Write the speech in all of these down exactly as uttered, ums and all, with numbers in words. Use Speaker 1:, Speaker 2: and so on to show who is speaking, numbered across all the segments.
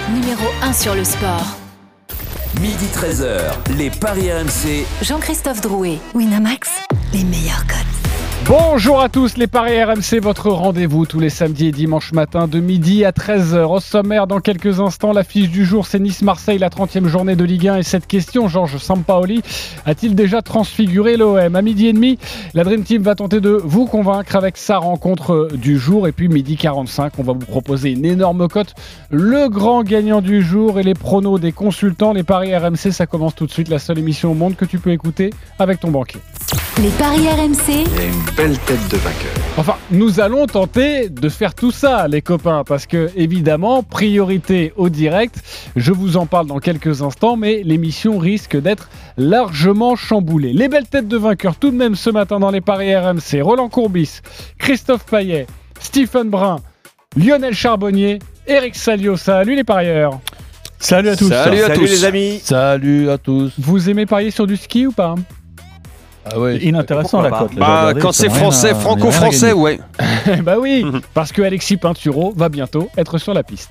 Speaker 1: numéro un sur le sport.
Speaker 2: Midi treize heures, les paris R M C.
Speaker 1: Jean-Christophe Drouet, Winamax, les meilleurs cotes.
Speaker 3: Bonjour à tous, les paris R M C, votre rendez-vous tous les samedis et dimanches matin de midi à treize heures. Au sommaire, dans quelques instants, l'affiche du jour, c'est Nice-Marseille, la trentième journée de Ligue un. Et cette question, Georges Sampaoli a-t-il déjà transfiguré l'O M ? À midi et demi, la Dream Team va tenter de vous convaincre avec sa rencontre du jour. Et puis midi quarante-cinq, on va vous proposer une énorme cote, le grand gagnant du jour et les pronos des consultants. Les paris R M C, ça commence tout de suite, la seule émission au monde que tu peux écouter avec ton banquier.
Speaker 1: Les paris R M C.
Speaker 4: Il y a une belle tête de vainqueur.
Speaker 3: Enfin, nous allons tenter de faire tout ça, les copains, parce que, évidemment, priorité au direct. Je vous en parle dans quelques instants, mais l'émission risque d'être largement chamboulée. Les belles têtes de vainqueurs, tout de même, ce matin dans les paris R M C. Roland Courbis, Christophe Payet, Stephen Brun, Lionel Charbonnier, Eric Salio. Salut les parieurs.
Speaker 5: Salut à tous.
Speaker 6: Salut à
Speaker 5: Salut
Speaker 6: tous
Speaker 5: les amis.
Speaker 6: Salut à tous.
Speaker 3: Vous aimez parier sur du ski ou pas ?
Speaker 6: Ah ouais.
Speaker 5: Inintéressant la cote.
Speaker 6: Bah, quand c'est français, franco-français, ouais.
Speaker 3: Bah oui, parce que Alexis Pinturo va bientôt être sur la piste.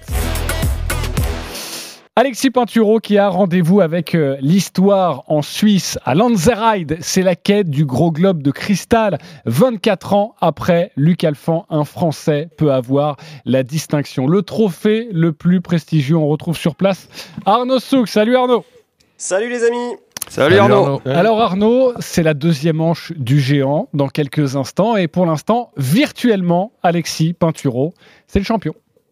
Speaker 3: Alexis Pinturo qui a rendez-vous avec euh, l'histoire en Suisse à Lanzerheide. C'est la quête du gros globe de cristal. vingt-quatre ans après, Luc Alphand, un Français, peut avoir la distinction. Le trophée le plus prestigieux, on retrouve sur place Arnaud Souk. Salut Arnaud.
Speaker 7: Salut les amis.
Speaker 6: Salut, Salut Arnaud. Arnaud.
Speaker 3: Alors Arnaud, c'est la deuxième manche du géant dans quelques instants. Et pour l'instant, virtuellement, Alexis Pinturo, c'est le champion.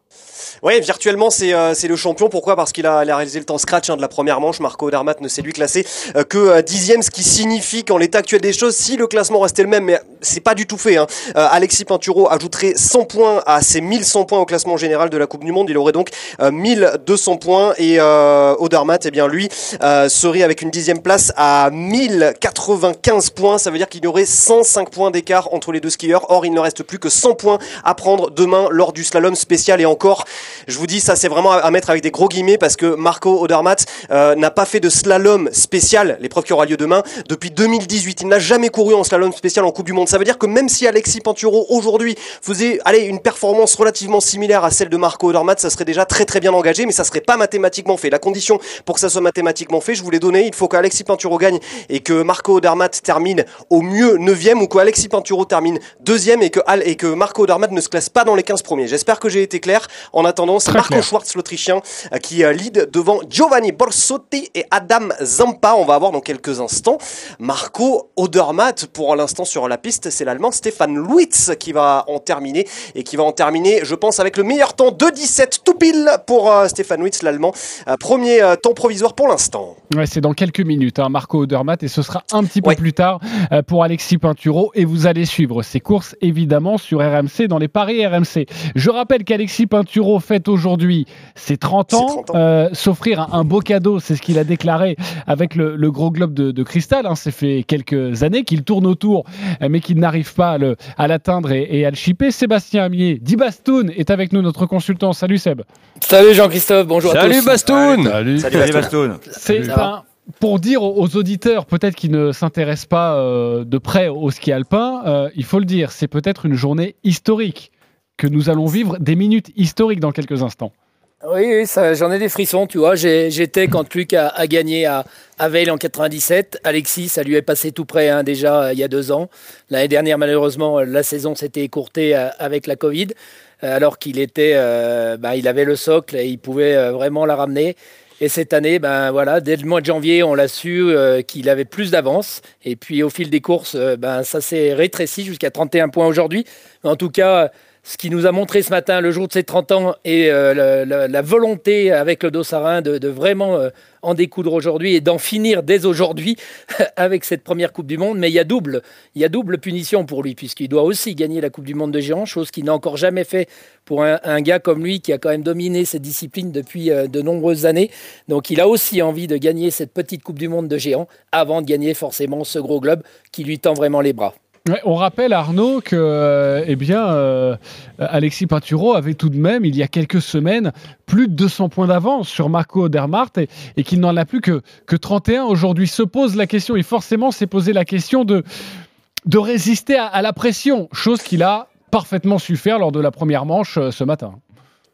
Speaker 7: Oui, virtuellement, c'est euh, c'est le champion. Pourquoi ? Parce qu'il a, il a réalisé le temps scratch hein, de la première manche. Marco Odermatt ne s'est lui classé euh, que euh, dixième, ce qui signifie qu'en l'état actuel des choses, si le classement restait le même, mais c'est pas du tout fait. Hein, euh, Alexis Pinturo ajouterait cent points à ses mille cent points au classement général de la Coupe du Monde. Il aurait donc euh, mille deux cents points et euh, Odermatt, eh bien lui, euh, serait avec une dixième place à mille quatre-vingt-quinze points. Ça veut dire qu'il y aurait cent cinq points d'écart entre les deux skieurs. Or, il ne reste plus que cent points à prendre demain lors du slalom spécial et encore. Je vous dis, ça c'est vraiment à mettre avec des gros guillemets parce que Marco Odermatt euh, n'a pas fait de slalom spécial, l'épreuve qui aura lieu demain, depuis deux mille dix-huit. Il n'a jamais couru en slalom spécial en Coupe du Monde. Ça veut dire que même si Alexis Pinturo aujourd'hui faisait allez, une performance relativement similaire à celle de Marco Odermatt, ça serait déjà très très bien engagé, mais ça serait pas mathématiquement fait. La condition pour que ça soit mathématiquement fait, je vous l'ai donné, il faut qu'Alexis Pinturo gagne et que Marco Odermatt termine au mieux neuvième ou qu'Alexis Pinturo termine deuxième et que, et que Marco Odermatt ne se classe pas dans les quinze premiers. J'espère que j'ai été clair. En attendant, c'est Marco Schwartz, l'Autrichien, qui lead devant Giovanni Borsotti et Adam Zampa. On va avoir dans quelques instants Marco Odermatt. Pour l'instant sur la piste, c'est l'Allemand Stefan Luitz qui va en terminer et qui va en terminer, je pense, avec le meilleur temps de dix-sept tout pile pour euh, Stefan Luitz, l'Allemand. Euh, premier euh, temps provisoire pour l'instant.
Speaker 3: Ouais, c'est dans quelques minutes, hein, Marco Odermatt, et ce sera un petit peu
Speaker 7: ouais.
Speaker 3: plus tard euh, pour Alexis Pinturo. Et vous allez suivre ces courses évidemment sur R M C dans les paris R M C. Je rappelle qu'Alexis Pinturo fête aujourd'hui ses trente ans,
Speaker 7: trente ans.
Speaker 3: Euh, s'offrir un, un beau cadeau, c'est ce qu'il a déclaré avec le, le gros globe de, de cristal. Hein. Ça fait quelques années qu'il tourne autour, mais qu'il n'arrive pas à, le, à l'atteindre et, et à le chipper. Sébastien Amier, Di Bastoun est avec nous, notre consultant. Salut Seb.
Speaker 8: Salut Jean-Christophe, bonjour
Speaker 6: Salut
Speaker 8: à tous.
Speaker 6: Bastoun.
Speaker 7: Salut,
Speaker 5: Salut
Speaker 7: Salut
Speaker 5: Bastoun.
Speaker 3: C'est un... Pour dire aux auditeurs, peut-être qui ne s'intéressent pas euh, de près au ski alpin, euh, il faut le dire, c'est peut-être une journée historique que nous allons vivre, des minutes historiques dans quelques instants.
Speaker 8: Oui, oui ça, j'en ai des frissons, tu vois. J'ai, j'étais quand Luc a, a gagné à, à Veil en quatre-vingt-dix-sept. Alexis, ça lui est passé tout près hein, déjà euh, il y a deux ans. L'année dernière, malheureusement, la saison s'était écourtée euh, avec la Covid, euh, alors qu'il était, euh, bah, il avait le socle et il pouvait euh, vraiment la ramener. Et cette année, ben voilà, dès le mois de janvier, on l'a su euh, qu'il avait plus d'avance. Et puis au fil des courses, euh, ben ça s'est rétréci jusqu'à trente et un points aujourd'hui. Mais en tout cas, ce qui nous a montré ce matin, le jour de ses trente ans, et euh, la, la, la volonté avec le Dossarin de, de vraiment euh, en découdre aujourd'hui et d'en finir dès aujourd'hui avec cette première Coupe du Monde. Mais il y a double, il y a double punition pour lui, puisqu'il doit aussi gagner la Coupe du Monde de géant, chose qu'il n'a encore jamais fait pour un, un gars comme lui qui a quand même dominé cette discipline depuis euh, de nombreuses années. Donc il a aussi envie de gagner cette petite Coupe du Monde de géant avant de gagner forcément ce gros globe qui lui tend vraiment les bras.
Speaker 3: Ouais, on rappelle, Arnaud, que euh, eh bien, euh, Alexis Pinturo avait tout de même, il y a quelques semaines, plus de deux cents points d'avance sur Marco Odermatt et, et qu'il n'en a plus que, que trente et un aujourd'hui. Se pose la question, et forcément s'est posé la question de, de résister à, à la pression, chose qu'il a parfaitement su faire lors de la première manche euh, ce matin.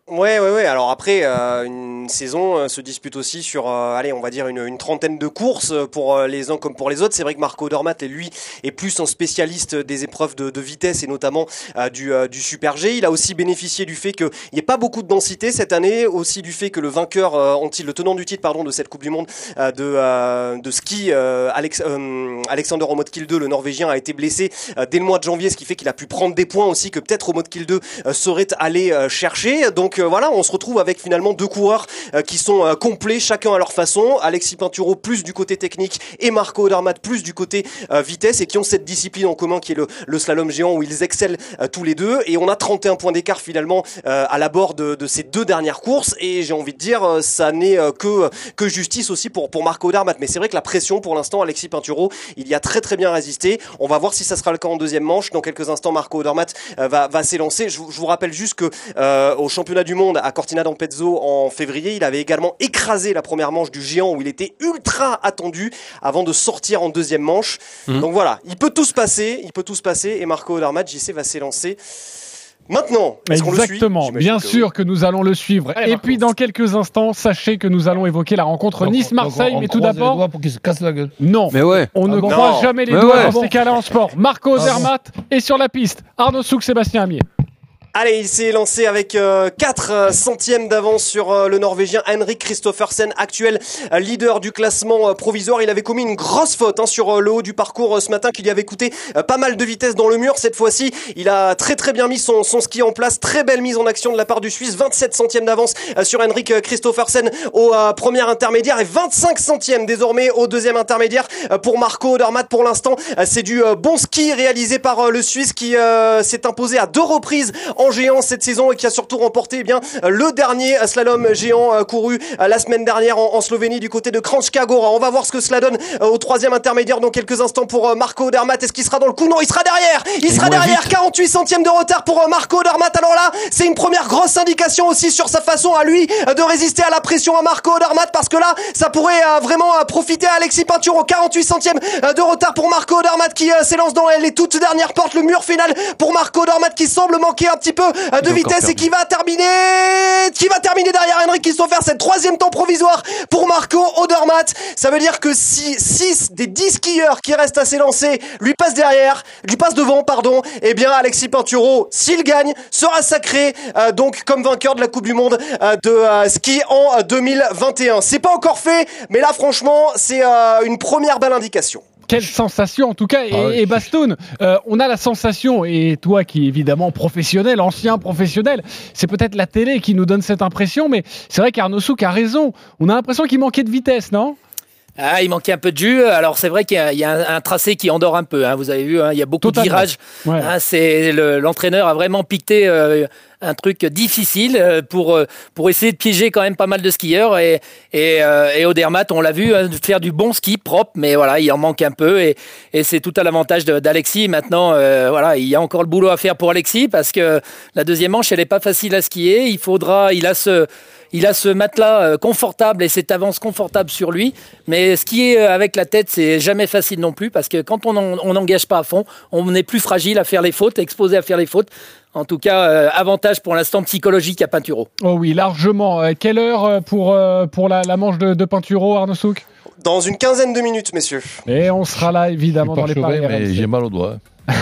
Speaker 7: Ouais, ouais, ouais. Alors après, euh, une saison euh, se dispute aussi sur, euh, allez, on va dire une, une trentaine de courses pour euh, les uns comme pour les autres. C'est vrai que Marco Odermatt, lui, est plus un spécialiste des épreuves de, de vitesse et notamment euh, du, euh, du Super G. Il a aussi bénéficié du fait qu'il n'y ait pas beaucoup de densité cette année, aussi du fait que le vainqueur, euh, le tenant du titre, pardon, de cette Coupe du Monde euh, de, euh, de ski, euh, Alex, euh, Alexander Omodkilde, le Norvégien, a été blessé euh, dès le mois de janvier, ce qui fait qu'il a pu prendre des points aussi que peut-être Omodkilde euh, serait allé euh, chercher. Donc euh, voilà, on se retrouve avec finalement deux coureurs euh, qui sont euh, complets, chacun à leur façon. Alexis Pinturo plus du côté technique et Marco Odermatt plus du côté euh, vitesse et qui ont cette discipline en commun qui est le, le slalom géant où ils excellent euh, tous les deux. Et on a trente et un points d'écart finalement euh, à l'abord de, de ces deux dernières courses. Et j'ai envie de dire, euh, ça n'est euh, que, que justice aussi pour, pour Marco Odermatt. Mais c'est vrai que la pression pour l'instant, Alexis Pinturo, il y a très très bien résisté. On va voir si ça sera le cas en deuxième manche. Dans quelques instants, Marco Odermatt euh, va, va s'élancer. Je, je vous rappelle juste que euh, au championnat du monde à Cortina d'Ampezzo en février, il avait également écrasé la première manche du géant où il était ultra attendu avant de sortir en deuxième manche. Mmh. Donc voilà, il peut tout se passer, il peut tout se passer et Marco Odermatt, J C, va s'élancer. Maintenant, est-ce qu'on le suit ?
Speaker 3: Exactement, bien que sûr oui. que nous allons le suivre. Allez, et puis dans quelques instants, sachez que nous allons évoquer la rencontre donc, Nice-Marseille, mais tout d'abord...
Speaker 6: Les pour qu'il se casse la gueule.
Speaker 3: Non,
Speaker 6: mais ouais.
Speaker 3: on ah ne bon croise non. jamais les mais doigts ouais. dans ces cas-là en sport. Marco Odermatt ah bon. est sur la piste. Arnaud Souk, Sébastien Amier.
Speaker 7: Allez, il s'est lancé avec euh, quatre euh, centièmes d'avance sur euh, le Norvégien Henrik Kristoffersen, actuel euh, leader du classement euh, provisoire. Il avait commis une grosse faute hein, sur euh, le haut du parcours euh, ce matin qui lui avait coûté euh, pas mal de vitesse dans le mur. Cette fois-ci, il a très très bien mis son, son ski en place. Très belle mise en action de la part du Suisse. vingt-sept centièmes d'avance euh, sur Henrik Kristoffersen au euh, premier intermédiaire et vingt-cinq centièmes désormais au deuxième intermédiaire euh, pour Marco Odermatt. Pour l'instant, euh, c'est du euh, bon ski réalisé par euh, le Suisse qui euh, s'est imposé à deux reprises en géant cette saison et qui a surtout remporté eh bien le dernier slalom géant euh, couru euh, la semaine dernière en, en Slovénie du côté de Kranjska Gora. On va voir ce que cela donne euh, au troisième intermédiaire dans quelques instants pour euh, Marco Odermatt. Est-ce qu'il sera dans le coup ? Non, il sera derrière. Il et sera derrière. Vite. quarante-huit centièmes de retard pour euh, Marco Odermatt. Alors là, c'est une première grosse indication aussi sur sa façon à lui euh, de résister à la pression à Marco Odermatt parce que là, ça pourrait euh, vraiment euh, profiter à Alexis Pinturo. quarante-huit centièmes euh, de retard pour Marco Odermatt qui euh, s'élance dans les toutes dernières portes. Le mur final pour Marco Odermatt qui semble manquer un petit peu de vitesse et qui va terminer qui va terminer derrière Henrik Kristoffersen. Troisième temps provisoire pour Marco Odermatt. Ça veut dire que si six des dix skieurs qui restent à s'élancer lui passent derrière, lui passent devant, pardon, eh bien Alexis Pinturo, s'il gagne, sera sacré euh, donc comme vainqueur de la Coupe du Monde euh, de euh, ski en deux mille vingt et un. C'est pas encore fait, mais là franchement, c'est euh, une première belle indication.
Speaker 3: Quelle sensation en tout cas. Et, ah oui. et Bastoun, euh, on a la sensation, et toi qui es évidemment professionnel, ancien professionnel, c'est peut-être la télé qui nous donne cette impression, mais c'est vrai qu'Arnaud Souk a raison. On a l'impression qu'il manquait de vitesse, non ?
Speaker 8: Ah, il manquait un peu de jus. Alors c'est vrai qu'il y a, il y a un, un tracé qui endort un peu. Hein. Vous avez vu, hein, il y a beaucoup Totalement. de virages. Ouais. Hein, c'est le, l'entraîneur a vraiment piqué euh, un truc difficile pour pour essayer de piéger quand même pas mal de skieurs. Et et, euh, et Odermatt, on l'a vu, hein, faire du bon ski propre, mais voilà, il en manque un peu. Et et c'est tout à l'avantage de, d'Alexis. Maintenant, euh, voilà, il y a encore le boulot à faire pour Alexis parce que la deuxième manche, elle est pas facile à skier. Il faudra, il a ce Il a ce matelas confortable et cette avance confortable sur lui. Mais skier avec la tête, c'est jamais facile non plus parce que quand on n'engage pas à fond, on est plus fragile à faire les fautes, exposé à faire les fautes. En tout cas, euh, avantage pour l'instant psychologique à Pinturo.
Speaker 3: Oh oui, largement. Euh, quelle heure pour, euh, pour la, la manche de, de Pinturo, Arnaud Souk ?
Speaker 7: Dans une quinzaine de minutes, messieurs.
Speaker 3: Et on sera là, évidemment, dans les paris.
Speaker 6: Mais j'ai mal au doigt.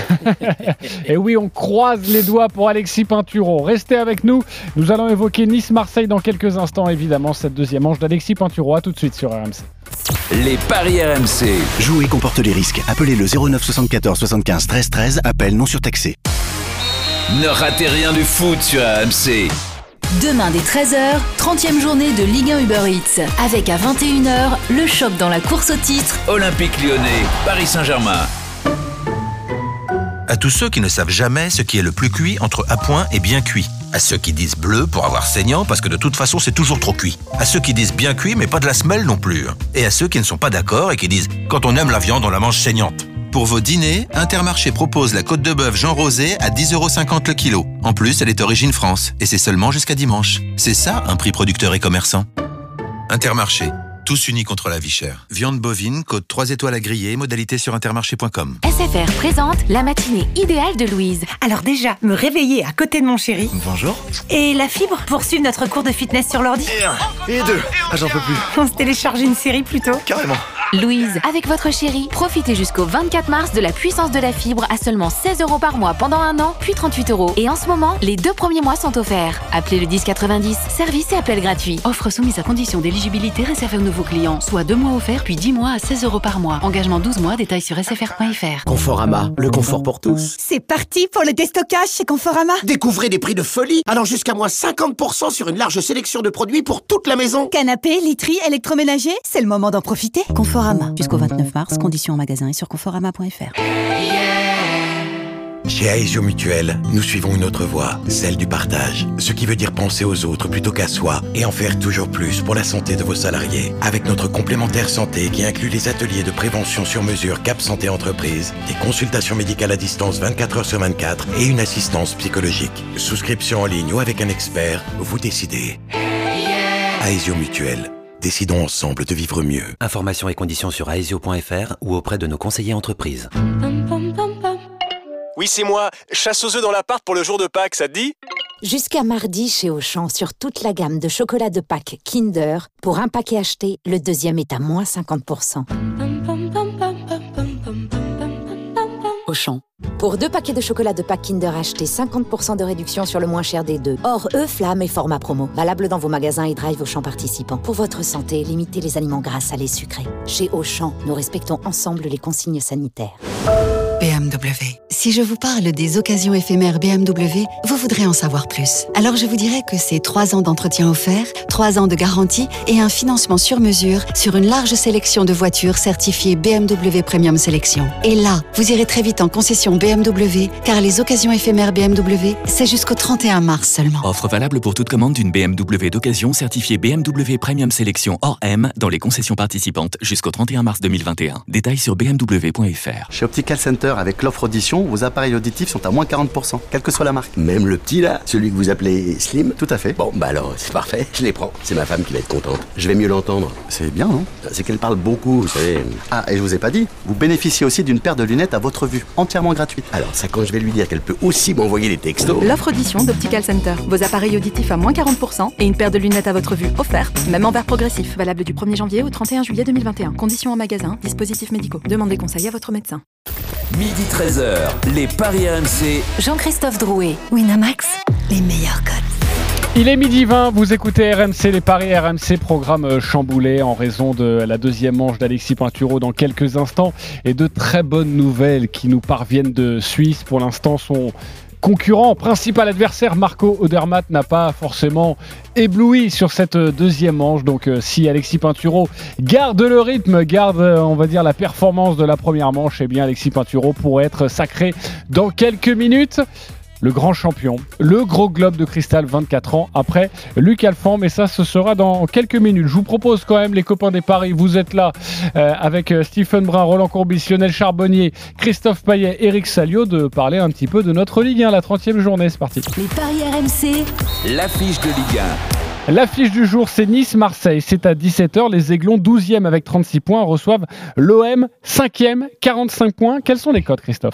Speaker 3: Et oui, on croise les doigts pour Alexis Pinturo. Restez avec nous. Nous allons évoquer Nice-Marseille dans quelques instants. Évidemment, cette deuxième manche d'Alexis Pinturo. À tout de suite sur R M C.
Speaker 2: Les paris R M C.
Speaker 9: Jouer comporte les risques. Appelez le zéro neuf soixante-quatorze soixante-quinze treize treize. Appel non surtaxé.
Speaker 2: Ne ratez rien du foot sur R M C.
Speaker 1: Demain dès treize heures, trentième journée de Ligue un Uber Eats. Avec à vingt et une heures, le choc dans la course au titre.
Speaker 2: Olympique Lyonnais, Paris Saint-Germain.
Speaker 10: À tous ceux qui ne savent jamais ce qui est le plus cuit entre à point et bien cuit. À ceux qui disent bleu pour avoir saignant parce que de toute façon c'est toujours trop cuit. À ceux qui disent bien cuit mais pas de la semelle non plus. Et à ceux qui ne sont pas d'accord et qui disent quand on aime la viande on la mange saignante. Pour vos dîners, Intermarché propose la côte de bœuf Jean Rosé à dix euros cinquante le kilo. En plus, elle est origine France et c'est seulement jusqu'à dimanche. C'est ça un prix producteur et commerçant. Intermarché, tous unis contre la vie chère. Viande bovine, côte trois étoiles à griller, modalité sur intermarché point com.
Speaker 11: S F R présente la matinée idéale de Louise.
Speaker 12: Alors déjà, me réveiller à côté de mon chéri.
Speaker 13: Bonjour.
Speaker 12: Et la fibre pour suivre notre cours de fitness sur l'ordi.
Speaker 13: Et un, et deux. Ah, j'en peux plus.
Speaker 12: On se télécharge une série plutôt.
Speaker 13: Carrément.
Speaker 11: Louise, avec votre chéri, profitez jusqu'au vingt-quatre mars de la puissance de la fibre à seulement seize euros par mois pendant un an, puis trente-huit euros. Et en ce moment, les deux premiers mois sont offerts. Appelez le dix quatre-vingt-dix, service et appel gratuit.
Speaker 14: Offre soumise à condition d'éligibilité réservée aux nouveaux clients, soit deux mois offerts, puis dix mois à seize euros par mois. Engagement douze mois, détails sur s f r point f r.
Speaker 15: Conforama, le confort pour tous.
Speaker 12: C'est parti pour le déstockage chez Conforama.
Speaker 15: Découvrez des prix de folie, allant jusqu'à moins cinquante pour cent sur une large sélection de produits pour toute la maison.
Speaker 12: Canapé, literie, électroménager, c'est le moment d'en profiter.
Speaker 14: Conforama, jusqu'au vingt-neuf mars, conditions en magasin et sur conforama point f r.
Speaker 9: Chez Aesio Mutuel, nous suivons une autre voie, celle du partage. Ce qui veut dire penser aux autres plutôt qu'à soi et en faire toujours plus pour la santé de vos salariés. Avec notre complémentaire santé qui inclut les ateliers de prévention sur mesure Cap Santé Entreprise, des consultations médicales à distance vingt-quatre heures sur vingt-quatre et une assistance psychologique. Souscription en ligne ou avec un expert, vous décidez. Aesio Mutuel. Décidons ensemble de vivre mieux.
Speaker 16: Informations et conditions sur aesio point f r ou auprès de nos conseillers entreprises.
Speaker 17: Oui, c'est moi, chasse aux œufs dans l'appart pour le jour de Pâques, ça te dit ?
Speaker 18: Jusqu'à mardi chez Auchan sur toute la gamme de chocolat de Pâques Kinder, pour un paquet acheté, le deuxième est à moins cinquante pour cent. Auchan. Pour deux paquets de chocolat de Pâques Kinder achetés, cinquante pour cent de réduction sur le moins cher des deux. Hors œufs, flammes et format promo. Valable dans vos magasins et drive Auchan participants. Pour votre santé, limitez les aliments gras, salés, sucrés. Chez Auchan, nous respectons ensemble les consignes sanitaires.
Speaker 19: B M W. Si je vous parle des occasions éphémères B M W, vous voudrez en savoir plus. Alors je vous dirais que c'est trois ans d'entretien offert, trois ans de garantie et un financement sur mesure sur une large sélection de voitures certifiées B M W Premium Sélection. Et là, vous irez très vite en concession B M W, car les occasions éphémères B M W, c'est jusqu'au trente et un mars seulement.
Speaker 20: Offre valable pour toute commande d'une B M W d'occasion certifiée B M W Premium Sélection hors M dans les concessions participantes jusqu'au trente et un mars deux mille vingt et un. Détails sur b m w point f r.
Speaker 21: Chez Optical Center, avec l'offre audition, vos appareils auditifs sont à moins quarante pour cent, quelle que soit la marque.
Speaker 15: Même le petit là, celui que vous appelez Slim ?
Speaker 21: Tout à fait.
Speaker 15: Bon, bah alors, c'est parfait, je les prends. C'est ma femme qui va être contente. Je vais mieux l'entendre.
Speaker 21: C'est bien, non ?
Speaker 15: C'est qu'elle parle beaucoup, vous savez.
Speaker 21: Ah, et je vous ai pas dit, vous bénéficiez aussi d'une paire de lunettes à votre vue, entièrement gratuite.
Speaker 15: Alors ça, quand je vais lui dire qu'elle peut aussi m'envoyer des textos...
Speaker 22: L'offre audition d'Optical Center. Vos appareils auditifs à moins quarante pour cent et une paire de lunettes à votre vue offerte, même en verre progressif. Valable du premier janvier au trente et un juillet deux mille vingt et un. Conditions en magasin, dispositifs médicaux. Demandez conseil à votre médecin.
Speaker 2: Midi treize heures, les paris R M C.
Speaker 1: Jean-Christophe Drouet.
Speaker 19: Winamax, les meilleurs codes.
Speaker 3: Il est midi vingt, vous écoutez R M C, les paris R M C, programme chamboulé en raison de la deuxième manche d'Alexis Pinturo dans quelques instants et de très bonnes nouvelles qui nous parviennent de Suisse. Pour l'instant, son concurrent, principal adversaire, Marco Odermatt, n'a pas forcément ébloui sur cette deuxième manche. Donc euh, si Alexis Pinturo garde le rythme, garde euh, on va dire la performance de la première manche, eh bien Alexis Pinturo pourrait être sacré dans quelques minutes le grand champion, le gros globe de cristal, vingt-quatre ans après Luc Alphand, mais ça ce sera dans quelques minutes. Je vous propose quand même, les copains des paris, vous êtes là euh, avec euh, Stephen Brun, Roland Courbis, Lionel Charbonnier, Christophe Payet, Eric Salio, de parler un petit peu de notre Ligue un, la trentième journée. C'est parti.
Speaker 1: Les paris R M C,
Speaker 2: l'affiche de Ligue un.
Speaker 3: L'affiche du jour, c'est Nice-Marseille. C'est à dix-sept heures. Les Aiglons, douzième avec trente-six points, reçoivent l'O M, cinquième, quarante-cinq points. Quels sont les codes, Christophe ?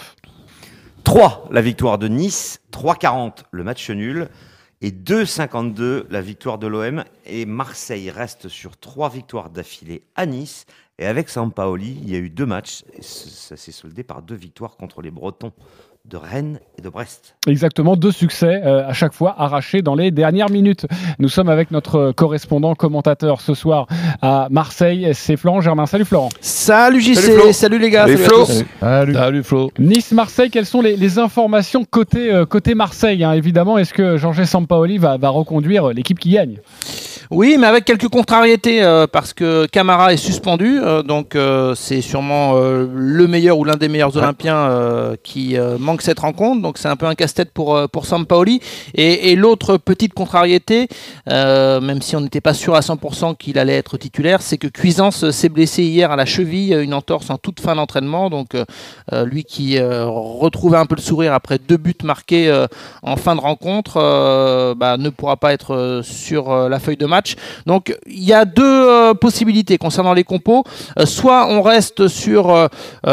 Speaker 23: trois, la victoire de Nice, trois quarante le match nul et deux cinquante-deux la victoire de l'O M. Et Marseille reste sur trois victoires d'affilée à Nice. Et avec Sampaoli, il y a eu deux matchs et ça s'est soldé par deux victoires contre les Bretons de Rennes et de Brest.
Speaker 3: Exactement, deux succès euh, à chaque fois arrachés dans les dernières minutes. Nous sommes avec notre correspondant commentateur ce soir à Marseille, c'est Florent Germain. Salut Florent.
Speaker 6: Salut J C, salut, salut les gars.
Speaker 3: Salut,
Speaker 6: salut
Speaker 3: Flo.
Speaker 6: Salut.
Speaker 3: Salut.
Speaker 6: Salut Flo.
Speaker 3: Nice-Marseille, quelles sont les, les informations côté, euh, côté Marseille hein, évidemment, est-ce que Jorge Sampaoli va, va reconduire l'équipe qui gagne ?
Speaker 6: Oui, mais avec quelques contrariétés euh, parce que Camara est suspendu, euh, donc euh, c'est sûrement euh, le meilleur ou l'un des meilleurs Olympiens euh, qui euh, manque cette rencontre, donc c'est un peu un casse-tête pour, euh, pour Sampaoli. Et, et l'autre petite contrariété, euh, même si on n'était pas sûr à cent pour cent qu'il allait être titulaire, c'est que Cuisance s'est blessé hier à la cheville, une entorse en toute fin d'entraînement, donc euh, lui qui euh, retrouvait un peu le sourire après deux buts marqués euh, en fin de rencontre, euh, bah, ne pourra pas être euh, sur euh, la feuille de match. match. Donc il y a deux euh, possibilités concernant les compos. Euh, soit on reste sur euh,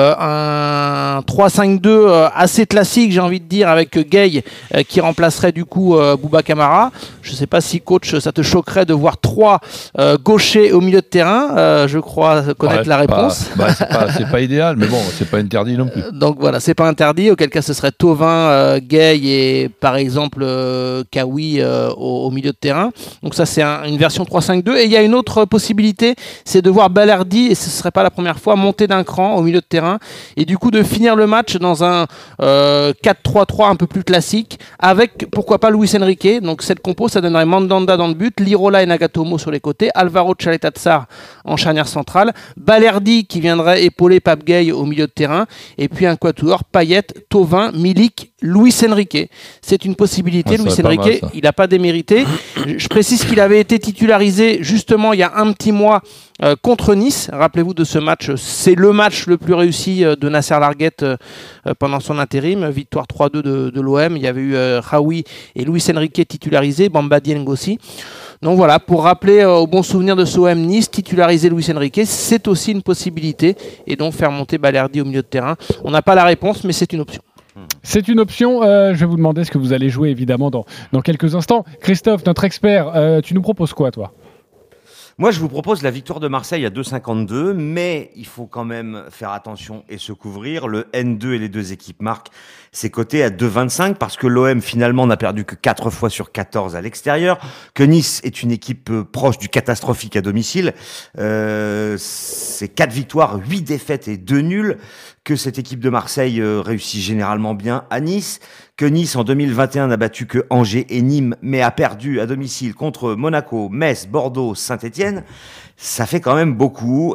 Speaker 6: un trois cinq deux euh, assez classique, j'ai envie de dire, avec Gueye euh, qui remplacerait du coup euh, Bouba Kamara. Je ne sais pas si coach, ça te choquerait de voir trois euh, gauchers au milieu de terrain. Euh, je crois connaître
Speaker 4: ouais,
Speaker 6: la réponse.
Speaker 4: Pas, bah, c'est pas, c'est pas idéal, mais bon, c'est pas interdit non plus.
Speaker 6: Donc voilà, c'est pas interdit. Auquel cas, ce serait Thauvin, euh, Gueye et par exemple euh, Kawi euh, au, au milieu de terrain. Donc ça, c'est un, une version trois cinq deux. Et il y a une autre possibilité, c'est de voir Balerdi, et ce serait pas la première fois, monter d'un cran au milieu de terrain et du coup de finir le match dans un euh, quatre trois trois un peu plus classique avec pourquoi pas Luis Enrique. Donc cette compo, ça donnerait Mandanda dans le but, Lirola et Nagatomo sur les côtés, Alvaro Tchaletatsar en charnière centrale, Balerdi qui viendrait épauler Pape Gueye au milieu de terrain et puis un quatuor Payet, Thauvin, Milik, Luis Enrique. C'est une possibilité.
Speaker 4: Ah,
Speaker 6: Luis Enrique,
Speaker 4: mal,
Speaker 6: il n'a pas démérité. Je précise qu'il avait été titularisé justement il y a un petit mois euh, contre Nice. Rappelez-vous de ce match. C'est le match le plus réussi euh, de Nasser Larguette euh, pendant son intérim. Victoire trois deux de, de l'O M. Il y avait eu euh, Raoui et Luis Enrique titularisés, Bamba Dieng aussi. Donc voilà, pour rappeler euh, au bon souvenir de ce O M Nice, titulariser Luis Enrique, c'est aussi une possibilité. Et donc faire monter Balerdi au milieu de terrain. On n'a pas la réponse, mais c'est une option.
Speaker 3: C'est une option. Euh, je vais vous demander ce que vous allez jouer évidemment dans, dans quelques instants. Christophe, notre expert, euh, tu nous proposes quoi, toi ?
Speaker 23: Moi, je vous propose la victoire de Marseille à deux cinquante-deux, mais il faut quand même faire attention et se couvrir. Le N deux et les deux équipes marquent, c'est coté à deux vingt-cinq parce que l'O M finalement n'a perdu que quatre fois sur quatorze à l'extérieur, que Nice est une équipe proche du catastrophique à domicile. Euh, c'est quatre victoires, huit défaites et deux nuls, que cette équipe de Marseille euh, réussit généralement bien à Nice, que Nice en deux mille vingt et un n'a battu que Angers et Nîmes, mais a perdu à domicile contre Monaco, Metz, Bordeaux, Saint-Etienne. Ça fait quand même beaucoup,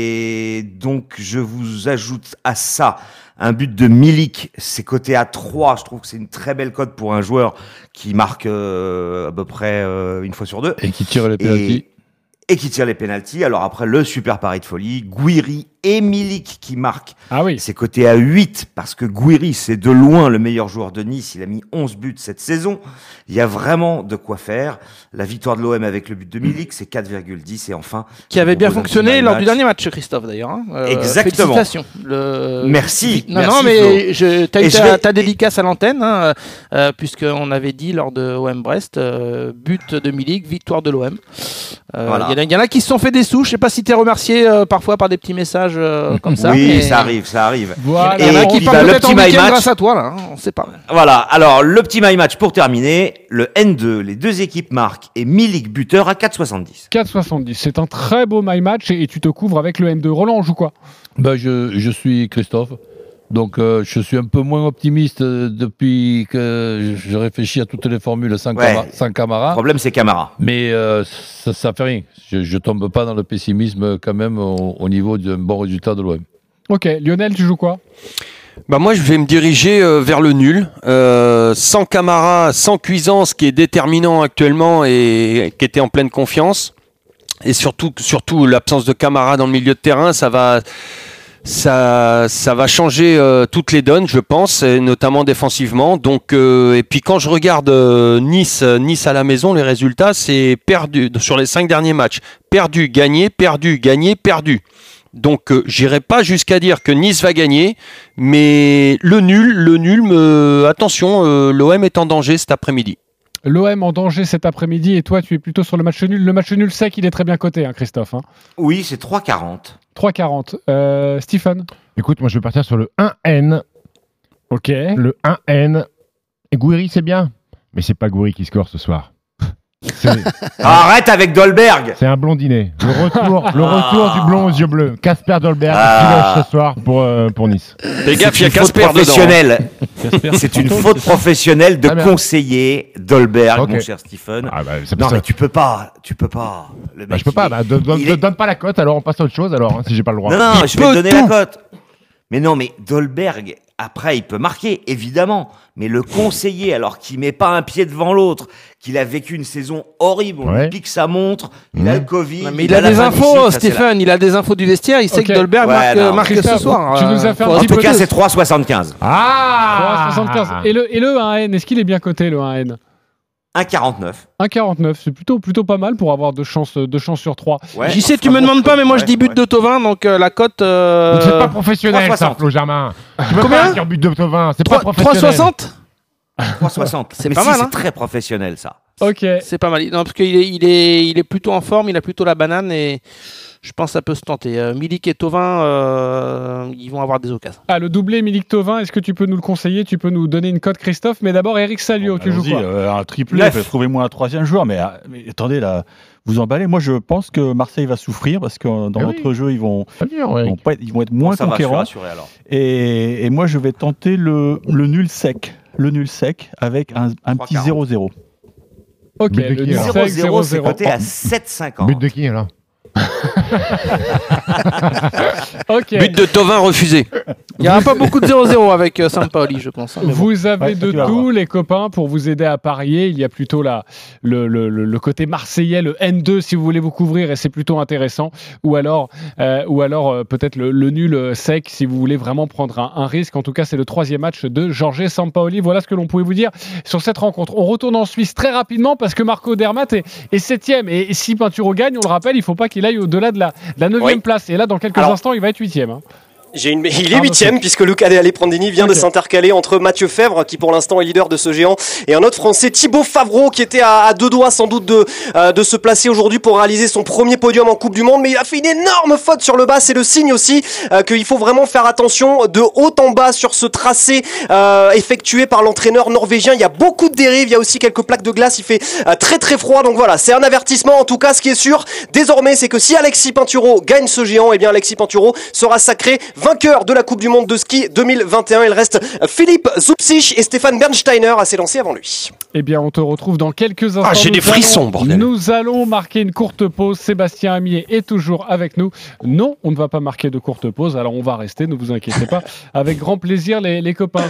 Speaker 23: et donc je vous ajoute à ça un but de Milik, c'est coté à trois. Je trouve que c'est une très belle cote pour un joueur qui marque euh, à peu près euh, une fois sur deux.
Speaker 4: Et qui tire les pénaltys.
Speaker 23: Et, et qui tire les pénaltys. Alors après, le super pari de folie, Gouiri et Milik qui marquent.
Speaker 3: Ah oui.
Speaker 23: C'est coté à huit parce que Gouiri, c'est de loin le meilleur joueur de Nice. Il a mis onze buts cette saison. Il y a vraiment de quoi faire. La victoire de l'O M avec le but de Milik, c'est quatre virgule dix. Et enfin...
Speaker 6: Qui avait bien fonctionné lors du dernier match, Christophe, d'ailleurs. Hein.
Speaker 23: Euh, Exactement.
Speaker 6: Félicitations. Le...
Speaker 23: Merci.
Speaker 6: Non,
Speaker 23: merci,
Speaker 6: non, mais je, t'as eu ta,
Speaker 23: vais...
Speaker 6: ta dédicace à l'antenne, hein, euh, puisqu'on avait dit lors de O M Brest, euh, but de Milik, victoire de l'O M. Euh,
Speaker 23: voilà.
Speaker 6: y, y en a qui se sont fait des sous. Je ne sais pas si tu es remercié euh, parfois par des petits messages euh, comme ça.
Speaker 23: Oui,
Speaker 6: mais...
Speaker 23: ça arrive, ça arrive.
Speaker 3: Voilà.
Speaker 6: Il y en a qui partent peut-être en week-end
Speaker 23: match...
Speaker 6: grâce à toi, là. Hein, on ne sait pas.
Speaker 23: Voilà. Alors, le petit my match pour terminer. Le N deux, les deux équipes marquent et Milik buteur à quatre soixante-dix.
Speaker 3: quatre soixante-dix. C'est un très beau my match et, et tu te couvres avec le N deux. Roland, on joue quoi ?
Speaker 4: Ben, je, je suis Christophe. Donc, euh, je suis un peu moins optimiste euh, depuis que je réfléchis à toutes les formules sans,
Speaker 23: ouais.
Speaker 4: Camara, sans Camara.
Speaker 23: Le problème, c'est Camara.
Speaker 4: Mais euh, ça, ça fait rien. Je ne tombe pas dans le pessimisme quand même au, au niveau d'un bon résultat de l'O M.
Speaker 3: Ok. Lionel, tu joues quoi ?
Speaker 5: Bah moi, je vais me diriger euh, vers le nul. Euh, sans Camara, sans Cuisance, qui est déterminant actuellement et qui était en pleine confiance. Et surtout, surtout l'absence de Camara dans le milieu de terrain, ça va... Ça, ça va changer euh, toutes les donnes, je pense, et notamment défensivement. Donc, euh, et puis quand je regarde euh, Nice, Nice à la maison, les résultats, c'est perdu sur les cinq derniers matchs. Perdu, gagné, perdu, gagné, perdu. Donc, euh, j'irai pas jusqu'à dire que Nice va gagner, mais le nul, le nul, me... attention, euh, l'O M est en danger cet après-midi.
Speaker 3: L'O M en danger cet après-midi et toi, tu es plutôt sur le match nul. Le match nul sec, il est très bien coté, hein, Christophe. Hein.
Speaker 23: Oui, c'est trois quarante.
Speaker 3: trois quarante. Euh, Stephen ?
Speaker 8: Écoute, moi, je vais partir sur le un N.
Speaker 3: Ok.
Speaker 8: Le un N. Et Gouiri, c'est bien. Mais c'est pas Gouiri qui score ce soir.
Speaker 23: Arrête avec Dolberg.
Speaker 8: C'est un blondinet. Le retour, le retour du blond aux yeux bleus. Casper Dolberg ah. qui lâche ce soir pour, euh, pour Nice.
Speaker 5: Fais gaffe, il y a Casper
Speaker 23: dedans. C'est une faute professionnelle de ah, conseiller Dolberg, okay. mon cher Stephen. Ah, bah, non, mais tu peux pas. Tu peux pas.
Speaker 8: Le mec, bah, je peux pas. Bah, donne, donne, est... donne pas la cote, alors on passe à autre chose, alors, hein, si j'ai pas le droit.
Speaker 23: Non, non,
Speaker 8: il
Speaker 23: je vais te donner tout. la cote. Mais non, mais Dolberg, après, il peut marquer, évidemment. Mais le conseiller, alors qu'il met pas un pied devant l'autre, qu'il a vécu une saison horrible, on ouais. lui pique sa montre, il mmh. a le Covid.
Speaker 6: Non, mais il, il a, a des infos, ici, Stéphane, il a des infos du vestiaire, il sait okay. que Dolberg ouais, marque, non, marque ce soir.
Speaker 3: Tu nous as fait un
Speaker 23: en
Speaker 3: petit
Speaker 23: tout
Speaker 3: peu
Speaker 23: cas, c'est trois soixante-quinze.
Speaker 3: Ah trois soixante-quinze. Et le, et le un N, est-ce qu'il est bien coté, le un N ?
Speaker 23: un quarante-neuf.
Speaker 3: un quarante-neuf, c'est plutôt, plutôt pas mal pour avoir deux chances, deux chances sur trois.
Speaker 23: Ouais,
Speaker 6: J'y sais, tu me demandes pas, mais moi je dis but
Speaker 23: ouais.
Speaker 6: de Thauvin, donc euh, la cote. Euh...
Speaker 8: C'est pas professionnel,
Speaker 23: trois
Speaker 8: ça,
Speaker 23: soixante.
Speaker 8: Flo Germain. Tu peux
Speaker 6: Combien
Speaker 8: pas dire but de Thauvin, c'est pas
Speaker 6: trois
Speaker 8: professionnel.
Speaker 6: soixante
Speaker 23: trois soixante.
Speaker 6: C'est
Speaker 23: Mais
Speaker 6: pas
Speaker 23: si,
Speaker 6: mal,
Speaker 23: c'est
Speaker 6: hein.
Speaker 23: très professionnel, ça.
Speaker 3: Ok.
Speaker 6: C'est pas mal. Non, parce qu'il est, il est, il est plutôt en forme, il a plutôt la banane et je pense que ça peut se tenter. Euh, Milik et Thauvin, euh, ils vont avoir des occasions.
Speaker 3: Ah, le doublé Milik-Thauvin, est-ce que tu peux nous le conseiller? Tu peux nous donner une cote, Christophe? Mais d'abord, Eric Salio, tu joues
Speaker 7: Allons-y,
Speaker 3: quoi?
Speaker 7: euh, un triplé,
Speaker 23: Neuf.
Speaker 7: fait, trouvez-moi un troisième joueur. Mais, euh, mais attendez, là, vous emballez. Moi, je pense que Marseille va souffrir parce que euh, dans
Speaker 8: Ah
Speaker 7: notre
Speaker 8: oui.
Speaker 7: jeu, ils vont,
Speaker 8: Très bien, ouais.
Speaker 7: ils vont, pas être, ils vont être moins
Speaker 23: Ça va, je suis
Speaker 7: conquérants.
Speaker 23: rassuré alors.
Speaker 7: Et, et moi, je vais tenter le, le nul sec. Le nul sec avec un, un petit
Speaker 23: quarante.
Speaker 7: zéro zéro.
Speaker 3: Ok,
Speaker 8: But de
Speaker 3: le
Speaker 8: qui,
Speaker 3: nul
Speaker 8: alors
Speaker 3: sec,
Speaker 23: zéro zéro, c'est
Speaker 3: zéro zéro.
Speaker 23: coté à sept cinquante.
Speaker 8: But de qui, là?
Speaker 3: Ok.
Speaker 5: But de Thauvin refusé.
Speaker 6: Il n'y aura pas beaucoup de zéro zéro avec euh, Sampaoli, je pense. hein, mais bon.
Speaker 3: Vous avez
Speaker 7: Ouais, ça,
Speaker 3: de
Speaker 7: tu vas
Speaker 3: tout,
Speaker 7: voir.
Speaker 3: les copains, pour vous aider à parier. Il y a plutôt la, le, le, le, le côté marseillais, le N deux, si vous voulez vous couvrir, et c'est plutôt intéressant. Ou alors, euh, ou alors euh, peut-être le, le nul euh, sec, si vous voulez vraiment prendre un, un risque. En tout cas, c'est le troisième match de Jorge Sampaoli. Voilà ce que l'on pouvait vous dire sur cette rencontre. On retourne en Suisse très rapidement parce que Marco Odermatt est, est septième. Et si Pinturo gagne, on le rappelle, il ne faut pas qu'il aille au-delà de la, de la neuvième
Speaker 10: Oui.
Speaker 3: place. Et là, dans quelques
Speaker 10: Alors,
Speaker 3: instants, il va être huitième. Hein.
Speaker 10: J'ai une... Il est
Speaker 3: Ah,
Speaker 10: huitième puisque Luca De Prandini vient
Speaker 3: Ok.
Speaker 10: de s'intercaler entre Mathieu Fèvre, qui pour l'instant est leader de ce géant, et un autre Français, Thibaut Favreau, qui était à, à deux doigts sans doute de, euh, de se placer aujourd'hui pour réaliser son premier podium en Coupe du Monde. Mais il a fait une énorme faute sur le bas. C'est le signe aussi euh, qu'il faut vraiment faire attention de haut en bas sur ce tracé euh, effectué par l'entraîneur norvégien. Il y a beaucoup de dérives, il y a aussi quelques plaques de glace. Il fait euh, très très froid. Donc voilà, c'est un avertissement. En tout cas, ce qui est sûr désormais, c'est que si Alexis Pinturo gagne ce géant, eh bien Alexis Pinturo sera sacré vainqueur de la Coupe du Monde de ski deux mille vingt et un. Il reste Philippe Zupsich et Stéphane Bernsteiner à s'élancer avant lui.
Speaker 3: Eh bien, on te retrouve dans quelques instants.
Speaker 5: Ah, j'ai
Speaker 3: Nous
Speaker 5: des frissons,
Speaker 3: allons-
Speaker 5: bordel.
Speaker 3: Nous allons marquer une courte pause. Sébastien Amier est toujours avec nous. Non, on ne va pas marquer de courte pause. Alors, on va rester, ne vous inquiétez pas. Avec grand plaisir, les, les copains.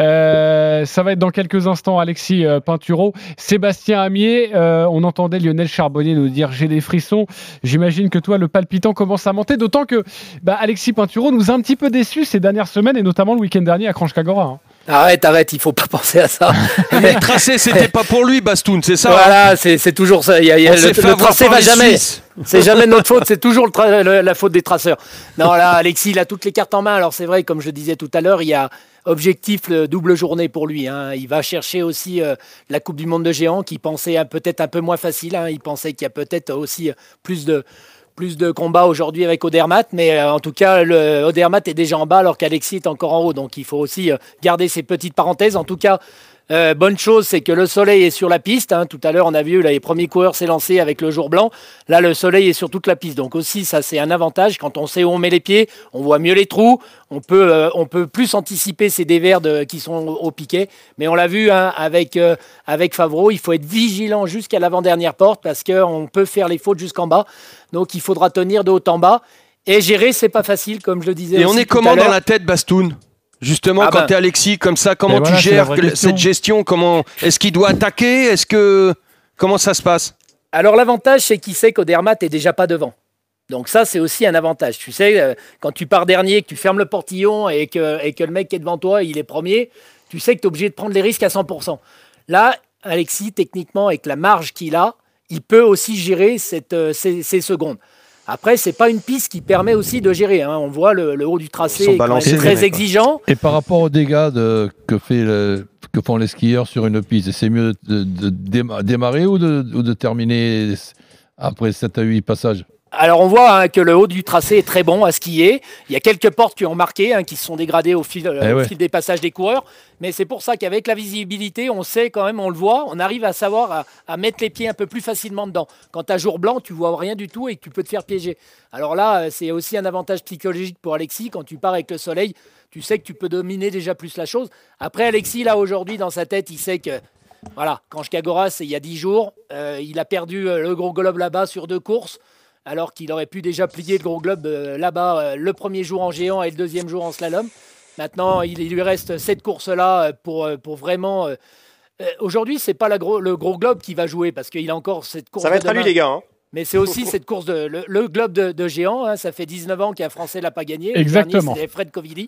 Speaker 3: Euh, ça va être dans quelques instants, Alexis euh, Pinturo. Sébastien Amier, euh, on entendait Lionel Charbonnier nous dire « j'ai des frissons ». J'imagine que toi, le palpitant commence à monter. D'autant que bah, Alexis Pinturo nous a un petit peu déçus ces dernières semaines, et notamment le week-end dernier à Kranjkagora. Hein.
Speaker 13: Arrête, arrête, il faut pas penser à ça.
Speaker 5: Mais le tracé, c'était pas pour lui, Bastoun, c'est ça?
Speaker 13: Voilà, c'est c'est toujours ça. Il y a, il y a
Speaker 5: On
Speaker 13: le,
Speaker 5: s'est fait
Speaker 13: le
Speaker 5: avoir
Speaker 13: tracé
Speaker 5: par
Speaker 13: va
Speaker 5: les
Speaker 13: jamais.
Speaker 5: Suisses.
Speaker 13: C'est jamais notre faute, c'est toujours le tra- le- la faute des traceurs. Non, là, Alexis, il a toutes les cartes en main. Alors c'est vrai, comme je disais tout à l'heure, il y a objectif le double journée pour lui. Hein. Il va chercher aussi euh, la Coupe du Monde de géants, qui pensait euh, peut-être un peu moins facile. Hein. Il pensait qu'il y a peut-être aussi euh, plus de plus de combats aujourd'hui avec Odermatt, mais euh, en tout cas, le, Odermatt est déjà en bas alors qu'Alexis est encore en haut. Donc il faut aussi euh, garder ces petites parenthèses. En tout cas, Euh, bonne chose, c'est que le soleil est sur la piste. Hein. Tout à l'heure, on a vu là, les premiers coureurs s'élancer avec le jour blanc. Là, le soleil est sur toute la piste. Donc aussi, ça, c'est un avantage. Quand on sait où on met les pieds, on voit mieux les trous. On peut, euh, on peut plus anticiper ces dévers de, qui sont au, au piquet. Mais on l'a vu hein, avec, euh, avec Favreau, il faut être vigilant jusqu'à l'avant-dernière porte parce qu'on peut faire les fautes jusqu'en bas. Donc, il faudra tenir de haut en bas. Et gérer, c'est pas facile, comme je le disais.
Speaker 5: Et
Speaker 13: aussi
Speaker 5: on est
Speaker 13: tout à
Speaker 5: comment dans
Speaker 13: l'heure.
Speaker 5: la tête, Bastoun? Justement,
Speaker 13: Ah
Speaker 5: quand
Speaker 13: ben.
Speaker 5: t'es Alexis comme ça, comment
Speaker 13: Et
Speaker 5: tu
Speaker 13: voilà, c'est la
Speaker 5: gères
Speaker 13: vraie
Speaker 5: que-
Speaker 13: question.
Speaker 5: cette gestion? Comment est-ce qu'il doit attaquer? Est-ce que comment ça se passe?
Speaker 13: Alors l'avantage, c'est qu'il sait qu'Odermatt est déjà pas devant. Donc ça, c'est aussi un avantage. Tu sais, euh, quand tu pars dernier, que tu fermes le portillon et que, et que le mec qui est devant toi, il est premier, tu sais que tu es obligé de prendre les risques à cent pour cent. Là, Alexis, techniquement, avec la marge qu'il a, il peut aussi gérer cette, euh, ces, ces secondes. Après, c'est pas une piste qui permet aussi de gérer. Hein. On voit le, le haut du tracé est quand même très exigeant.
Speaker 4: Et par rapport aux dégâts de, que, fait le- que font les skieurs sur une piste, c'est mieux de, de déma- démarrer ou de, ou de terminer après sept à huit passages?
Speaker 13: Alors on voit hein, que le haut du tracé est très bon à skier. Il y a quelques portes qui ont marqué, hein, qui se sont dégradées au fil, euh,
Speaker 4: Eh
Speaker 13: au
Speaker 4: ouais.
Speaker 13: fil des passages des coureurs. Mais c'est pour ça qu'avec la visibilité, on sait quand même, on le voit, on arrive à savoir à, à mettre les pieds un peu plus facilement dedans. Quand tu as jour blanc, tu vois rien du tout et que tu peux te faire piéger. Alors là, euh, c'est aussi un avantage psychologique pour Alexis. Quand tu pars avec le soleil, tu sais que tu peux dominer déjà plus la chose. Après, Alexis, là aujourd'hui, dans sa tête, il sait que voilà, Kranjkagora, c'est il y a dix jours. Euh, il a perdu euh, le gros globe là-bas sur deux courses. Alors qu'il aurait pu déjà plier le gros globe euh, là-bas euh, le premier jour en géant et le deuxième jour en slalom. Maintenant, il, il lui reste cette course-là euh, pour, euh, pour vraiment... euh, euh, Aujourd'hui, c'est pas la gros, le gros globe qui va jouer parce qu'il a encore cette course
Speaker 10: Ça va
Speaker 13: de
Speaker 10: être à lui,
Speaker 13: demain.
Speaker 10: les gars. Hein.
Speaker 13: Mais c'est aussi cette course de... Le, le globe de, de géant, hein, ça fait dix-neuf ans qu'un Français l'a pas gagné. Le
Speaker 3: Exactement.
Speaker 13: dernier, c'était Fred Covilly.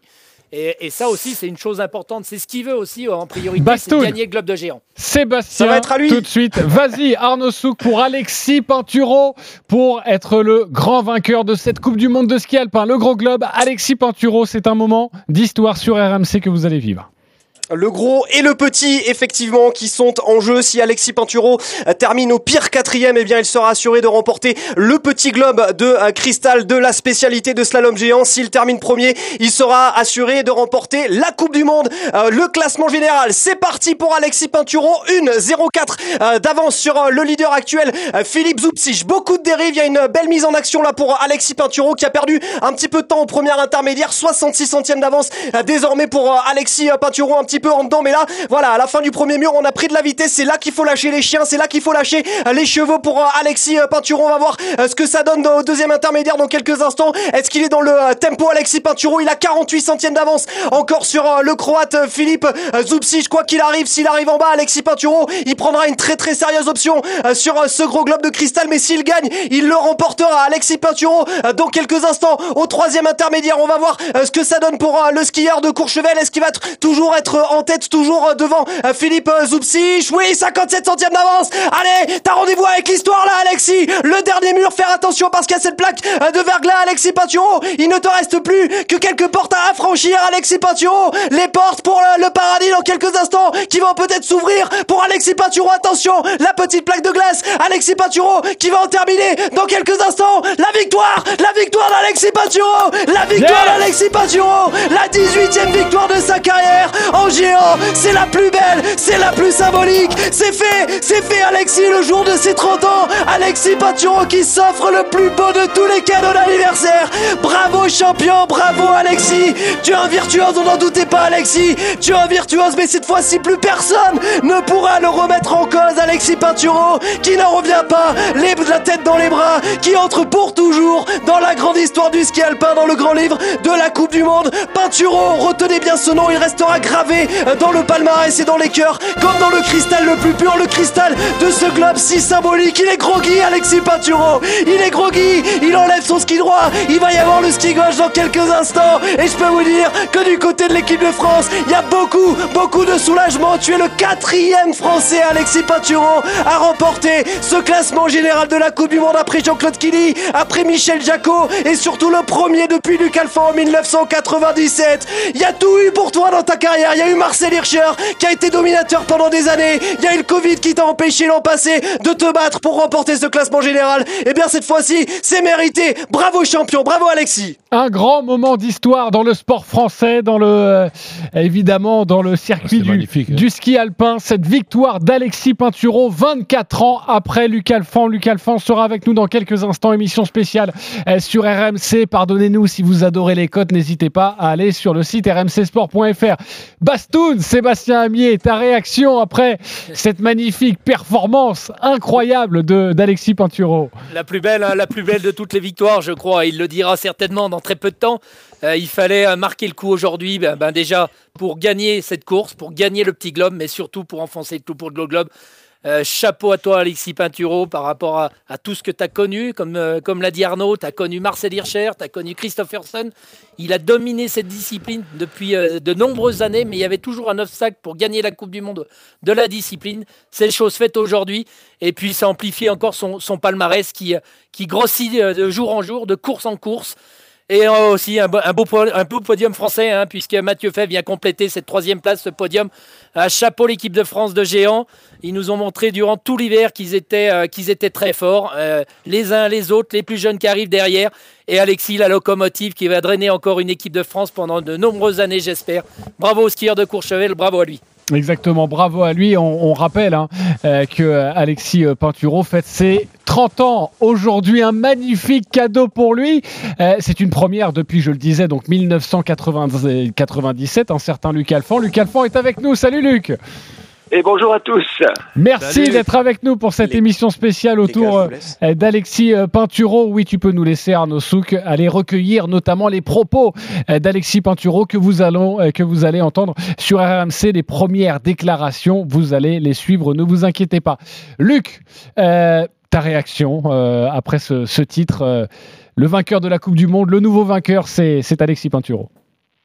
Speaker 13: Et, et ça aussi, c'est une chose importante. C'est ce qu'il veut aussi en priorité,
Speaker 3: Bastoun.
Speaker 13: c'est gagner le globe de géant.
Speaker 3: Sébastien,
Speaker 10: Ça va être à lui.
Speaker 3: tout de suite. Vas-y, Arnaud Souk pour Alexis Pinturo pour être le grand vainqueur de cette Coupe du Monde de ski alpin. Le gros globe, Alexis Pinturo, c'est un moment d'histoire sur R M C que vous allez vivre.
Speaker 10: Le gros et le petit, effectivement, qui sont en jeu. Si Alexis Pinturo termine au pire quatrième, eh bien, il sera assuré de remporter le petit globe de euh, cristal de la spécialité de slalom géant. S'il termine premier, il sera assuré de remporter la Coupe du Monde. Euh, le classement général, c'est parti pour Alexis Pinturo. une zéro quatre euh, d'avance sur euh, le leader actuel, euh, Philippe Zoupsich. Beaucoup de dérives. Il y a une belle mise en action là pour Alexis Pinturo qui a perdu un petit peu de temps au premier intermédiaire. soixante-six centièmes d'avance euh, désormais pour euh, Alexis euh, Pinturo. Un petit peu en dedans, mais là, voilà, à la fin du premier mur, on a pris de la vitesse. C'est là qu'il faut lâcher les chiens, c'est là qu'il faut lâcher les chevaux pour euh, Alexis euh, Pinturo. On va voir euh, ce que ça donne au deuxième intermédiaire dans quelques instants. Est-ce qu'il est dans le euh, tempo, Alexis Pinturo? Il a quarante-huit centièmes d'avance encore sur euh, le croate euh, Philippe euh, Zoupsich. Quoi qu'il arrive, s'il arrive en bas, Alexis Pinturo, il prendra une très très sérieuse option euh, sur euh, ce gros globe de cristal, mais s'il gagne, il le remportera. Alexis Pinturo euh, dans quelques instants au troisième intermédiaire. On va voir euh, ce que ça donne pour euh, le skieur de Courchevel. Est-ce qu'il va être, toujours être en tête, toujours devant euh, Philippe euh, Zoupsich? Oui, cinquante-sept centièmes d'avance. Allez, t'as rendez-vous avec l'histoire là, Alexis. Le dernier mur, faire attention parce qu'il y a cette plaque euh, de verglas, Alexis Pinturo. Il ne te reste plus que quelques portes à franchir, Alexis Pinturo. Les portes pour le, le paradis dans quelques instants qui vont peut-être s'ouvrir pour Alexis Pinturo. Attention, la petite plaque de glace, Alexis Pinturo qui va en terminer dans quelques instants. La victoire, la victoire d'Alexis Pinturo. La victoire yes d'Alexis Pinturo. La dix-huitième victoire de sa carrière en géant. C'est la plus belle, c'est la plus symbolique. C'est fait, c'est fait Alexis le jour de ses trente ans. Alexis Pinturo qui s'offre le plus beau de tous les cadeaux d'anniversaire. Bravo champion, bravo Alexis. Tu es un virtuose, on n'en doutait pas Alexis. Tu es un virtuose, mais cette fois-ci plus personne ne pourra le remettre en cause. Alexis Pinturo qui n'en revient pas, les, la tête dans les bras, qui entre pour toujours dans la grande histoire du ski alpin, dans le grand livre de la Coupe du Monde. Pinturo, retenez bien ce nom, il restera gravé dans le palmarès et dans les cœurs, comme dans le cristal le plus pur, le cristal de ce globe si symbolique. Il est groggy, Alexis Pinturo. Il est groggy, il enlève son ski droit. Il va y avoir le ski gauche dans quelques instants. Et je peux vous dire que du côté de l'équipe de France, il y a beaucoup, beaucoup de soulagement. Tu es le quatrième Français, Alexis Pinturo, à remporter ce classement général de la Coupe du Monde après Jean-Claude Killy, après Michel Jacot et surtout le premier depuis Luc Alphand en dix-neuf cent quatre-vingt-dix-sept. Il y a tout eu pour toi dans ta carrière. Il y a eu Marcel Hirscher qui a été dominateur pendant des années. Il y a eu le Covid qui t'a empêché l'an passé de te battre pour remporter ce classement général. Et bien cette fois-ci, c'est mérité. Bravo champion, bravo Alexis.
Speaker 3: Un grand moment d'histoire dans le sport français, dans le euh, évidemment dans le circuit du, hein. du ski alpin. Cette victoire d'Alexis Pinturo, vingt-quatre ans après Luc Alphand. Luc Alphand sera avec nous dans quelques instants. Émission spéciale euh, sur R M C. Pardonnez-nous si vous adorez les cotes, n'hésitez pas à aller sur le site r m c sport point f r. Bastoun, Sébastien Amier, ta réaction après cette magnifique performance incroyable de, d'Alexis Pinturo?
Speaker 13: La plus belle, hein, la plus belle de toutes les victoires, je crois. Il le dira certainement dans très peu de temps. Euh, il fallait euh, marquer le coup aujourd'hui, ben, ben déjà pour gagner cette course, pour gagner le petit globe, mais surtout pour enfoncer le tout pour le globe. Euh, chapeau à toi Alexis Pinturo par rapport à, à tout ce que tu as connu, comme, euh, comme l'a dit Arnaud, tu as connu Marcel Hirscher, tu as connu Christophersen. Il a dominé cette discipline depuis euh, de nombreuses années, mais il y avait toujours un obstacle pour gagner la Coupe du Monde de la discipline. C'est chose faite aujourd'hui, et puis ça amplifie encore son, son palmarès qui, qui grossit de jour en jour, de course en course. Et aussi un beau, un beau, un beau podium français, hein, puisque Mathieu Fay vient compléter cette troisième place, ce podium. À chapeau l'équipe de France de géants. Ils nous ont montré durant tout l'hiver qu'ils étaient, euh, qu'ils étaient très forts, euh, les uns les autres, les plus jeunes qui arrivent derrière. Et Alexis, la locomotive, qui va drainer encore une équipe de France pendant de nombreuses années, j'espère. Bravo au skieur de Courchevel, bravo à lui.
Speaker 3: Exactement, bravo à lui. On, on rappelle hein, euh, que Alexis Pinturo fête ses trente ans aujourd'hui, un magnifique cadeau pour lui. Euh, c'est une première depuis, je le disais, donc dix-neuf cent quatre-vingt-dix-sept. Un certain Luc Alphand. Luc Alphand est avec nous. Salut Luc.
Speaker 11: Et bonjour à tous.
Speaker 3: Merci Salut. d'être avec nous pour cette les, émission spéciale autour gars, d'Alexis Pinturo. Oui, tu peux nous laisser, Arnaud Souk, aller recueillir notamment les propos d'Alexis Pinturo que vous, allons, que vous allez entendre sur R M C. Les premières déclarations, vous allez les suivre, ne vous inquiétez pas. Luc, euh, ta réaction euh, après ce, ce titre, euh, le vainqueur de la Coupe du Monde, le nouveau vainqueur, c'est, c'est Alexis Pinturo.
Speaker 11: Oui,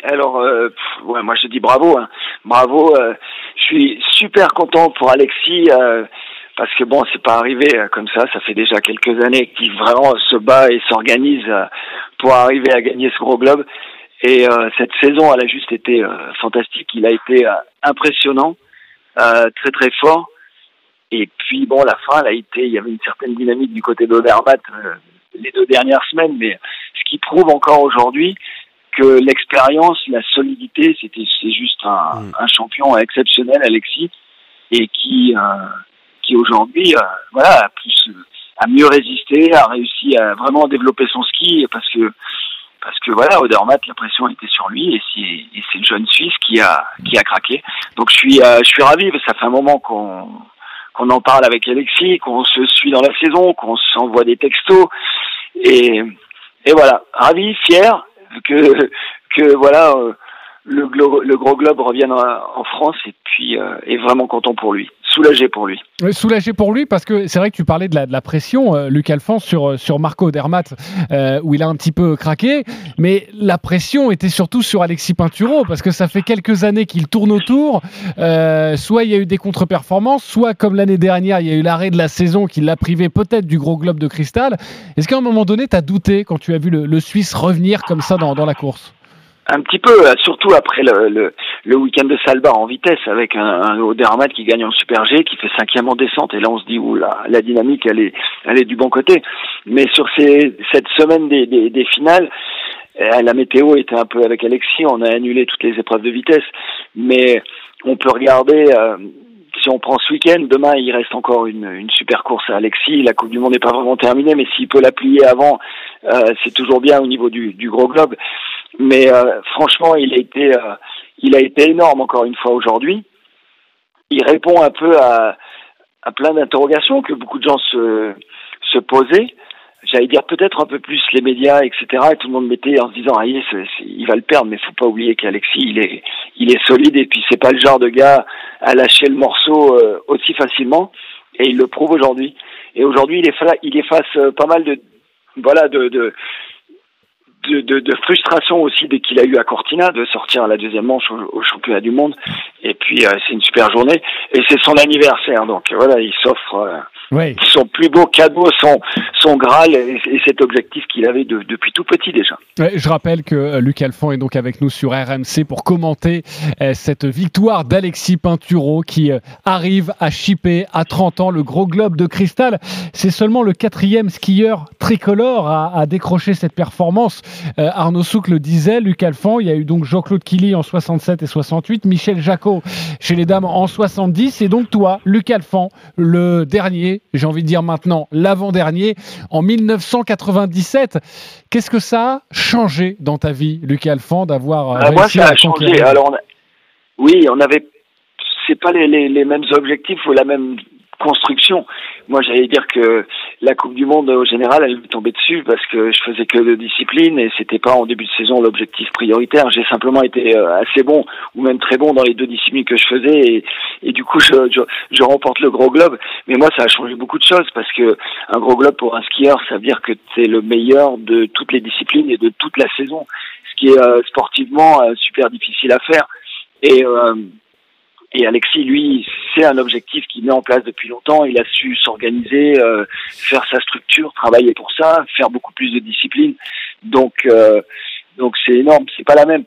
Speaker 11: alors euh, pff, ouais, moi je dis bravo, hein. bravo. Euh, je suis super content pour Alexis euh, parce que bon, c'est pas arrivé euh, comme ça. Ça fait déjà quelques années qu'il vraiment se bat et s'organise euh, pour arriver à gagner ce gros globe. Et euh, cette saison, elle a juste été euh, fantastique. Il a été euh, impressionnant, euh, très très fort. Et puis bon, la fin, elle a été, il y avait une certaine dynamique du côté d'Odermatt euh, les deux dernières semaines, mais ce qui prouve encore aujourd'hui que l'expérience, la solidité, c'était c'est juste un, mmh. un champion exceptionnel, Alexis, et qui euh, qui aujourd'hui, euh, voilà, a plus a mieux résisté, a réussi à vraiment développer son ski parce que parce que voilà, Odermatt, la pression était sur lui et c'est et c'est le jeune Suisse qui a qui a craqué. Donc je suis euh, je suis ravi, ça fait un moment qu'on qu'on en parle avec Alexis, qu'on se suit dans la saison, qu'on s'envoie des textos, et, et voilà, ravi, fier que, que voilà, euh, le, glo- le gros globe revienne en France, et puis euh, est vraiment content pour lui. Soulagé pour lui.
Speaker 3: Oui, soulagé pour lui parce que c'est vrai que tu parlais de la, de la pression, euh, Luc Alphonse, sur, sur Marco Odermatt, euh, où il a un petit peu craqué, mais la pression était surtout sur Alexis Pinturo parce que ça fait quelques années qu'il tourne autour. Euh, soit il y a eu des contre-performances, soit comme l'année dernière, il y a eu l'arrêt de la saison qui l'a privé peut-être du gros globe de cristal. Est-ce qu'à un moment donné, tu as douté quand tu as vu le, le Suisse revenir comme ça dans, dans la course ?
Speaker 11: Un petit peu, surtout après le, le, le week-end de Salbar en vitesse avec un, un Odermatt qui gagne en Super G, qui fait cinquième en descente, et là on se dit où la, la dynamique elle est, elle est du bon côté. Mais sur ces, cette semaine des, des, des finales, euh, la météo était un peu avec Alexis, on a annulé toutes les épreuves de vitesse, mais on peut regarder. Euh, Si on prend ce week-end, demain il reste encore une, une super course à Alexis. La Coupe du Monde n'est pas vraiment terminée, mais s'il peut la plier avant, euh, c'est toujours bien au niveau du, du gros globe. Mais euh, franchement, il a été, euh, il a été énorme encore une fois aujourd'hui. Il répond un peu à, à plein d'interrogations que beaucoup de gens se, se posaient. J'allais dire peut-être un peu plus les médias, et cetera. Et tout le monde mettait en se disant ah, c'est, c'est, il va le perdre, mais faut pas oublier qu'Alexis il est, il est solide et puis c'est pas le genre de gars à lâcher le morceau euh, aussi facilement. Et il le prouve aujourd'hui. Et aujourd'hui il est fa- il efface euh, pas mal de voilà de de de, de, de frustration aussi dès qu'il a eu à Cortina de sortir à la deuxième manche au, au championnat du monde. Et puis euh, c'est une super journée et c'est son anniversaire, donc voilà, il s'offre euh,
Speaker 3: oui.
Speaker 11: son plus beau cadeau, son son Graal et, et cet objectif qu'il avait de, depuis tout petit déjà.
Speaker 3: Ouais, je rappelle que euh, Luc Alphonse est donc avec nous sur R M C pour commenter euh, cette victoire d'Alexis Pinturo qui euh, arrive à chipper à trente ans le gros globe de cristal. C'est seulement le quatrième skieur tricolore à, à décrocher cette performance. Euh, Arnaud Souk le disait, Luc Alphonse, il y a eu donc Jean-Claude Killy en soixante-sept et soixante-huit, Michel Jacot chez les dames en soixante-dix, et donc toi, Luc Alphonse, le dernier, j'ai envie de dire maintenant l'avant-dernier, en mille neuf cent quatre-vingt-dix-sept. Qu'est-ce que ça a changé dans ta vie, Luc Alphonse, d'avoir
Speaker 11: ah,
Speaker 3: réussi
Speaker 11: moi, ça
Speaker 3: à
Speaker 11: a changé.
Speaker 3: conquérir?
Speaker 11: Alors, on a... oui, on avait, c'est pas les, les, les mêmes objectifs ou la même construction. Moi, j'allais dire que la Coupe du Monde, au général, elle me tombait dessus parce que je faisais que de discipline et c'était pas en début de saison l'objectif prioritaire. J'ai simplement été assez bon ou même très bon dans les deux disciplines que je faisais et, et du coup, je, je, je remporte le gros globe. Mais moi, ça a changé beaucoup de choses parce que un gros globe pour un skieur, ça veut dire que c'est le meilleur de toutes les disciplines et de toute la saison, ce qui est euh, sportivement euh, super difficile à faire. Et euh, Et Alexis, lui, c'est un objectif qu'il met en place depuis longtemps. Il a su s'organiser, euh, faire sa structure, travailler pour ça, faire beaucoup plus de discipline. Donc, euh, donc c'est énorme. C'est pas la même.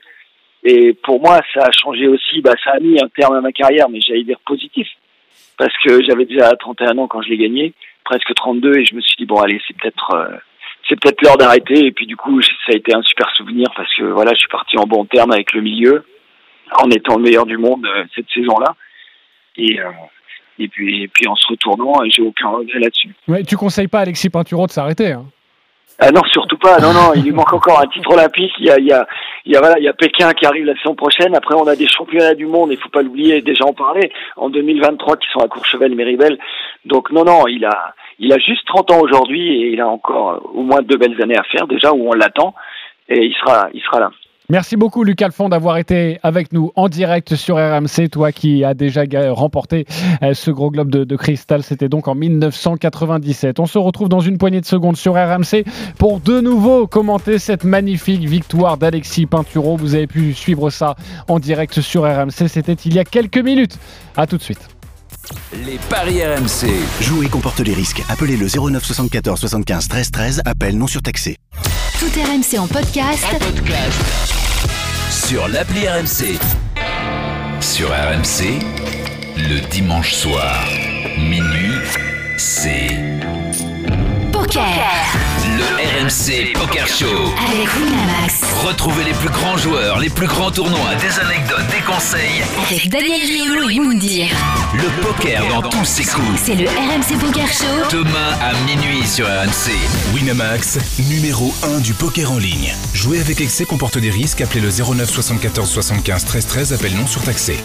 Speaker 11: Et pour moi, ça a changé aussi. Bah, ça a mis un terme à ma carrière, mais j'allais dire positif, parce que j'avais déjà trente et un ans quand je l'ai gagné, presque trente-deux, et je me suis dit bon, allez, c'est peut-être, euh, c'est peut-être l'heure d'arrêter. Et puis du coup, ça a été un super souvenir parce que voilà, je suis parti en bon terme avec le milieu, en étant le meilleur du monde euh, cette saison-là. Et, euh, et, puis, et puis en se retournant, j'ai aucun regret là-dessus.
Speaker 3: Ouais, tu conseilles pas à Alexis Pinturo de s'arrêter, hein?
Speaker 11: Ah non, surtout pas. Non, non, il lui manque encore un titre olympique. Il y a, il y a, il y a, voilà, il y a Pékin qui arrive la saison prochaine. Après, on a des championnats du monde. Il faut pas l'oublier. Déjà en parler en deux mille vingt-trois qui sont à Courchevel, Méribel. Donc non, non, il a, il a juste trente ans aujourd'hui et il a encore au moins deux belles années à faire déjà où on l'attend et il sera, il sera là.
Speaker 3: Merci beaucoup Lucas Lefond d'avoir été avec nous en direct sur R M C, toi qui as déjà remporté ce gros globe de, de cristal, c'était donc en dix-neuf cent quatre-vingt-dix-sept. On se retrouve dans une poignée de secondes sur R M C pour de nouveau commenter cette magnifique victoire d'Alexis Pinturo. Vous avez pu suivre ça en direct sur R M C, c'était il y a quelques minutes. À tout de suite.
Speaker 2: Les paris R M C.
Speaker 9: Jouer comporte les risques. Appelez le zéro neuf soixante-quatorze soixante-quinze treize treize. Appel non surtaxé.
Speaker 1: Tout R M C en podcast.
Speaker 2: En podcast. Sur l'appli R M C. Sur R M C, le dimanche soir, minuit, c'est
Speaker 1: Poker.
Speaker 2: Le R M C Poker Show.
Speaker 1: Avec Winamax.
Speaker 2: Retrouvez les plus grands joueurs, les plus grands tournois, des anecdotes, des conseils.
Speaker 1: Avec Daniel Riolo et Moundir.
Speaker 2: Le poker dans tous ses coups.
Speaker 1: C'est le R M C Poker Show.
Speaker 2: Demain à minuit sur R M C.
Speaker 12: Winamax, numéro un du poker en ligne. Jouer avec excès comporte des risques. Appelez le zéro neuf soixante-quatorze soixante-quinze treize treize. Appel non surtaxé.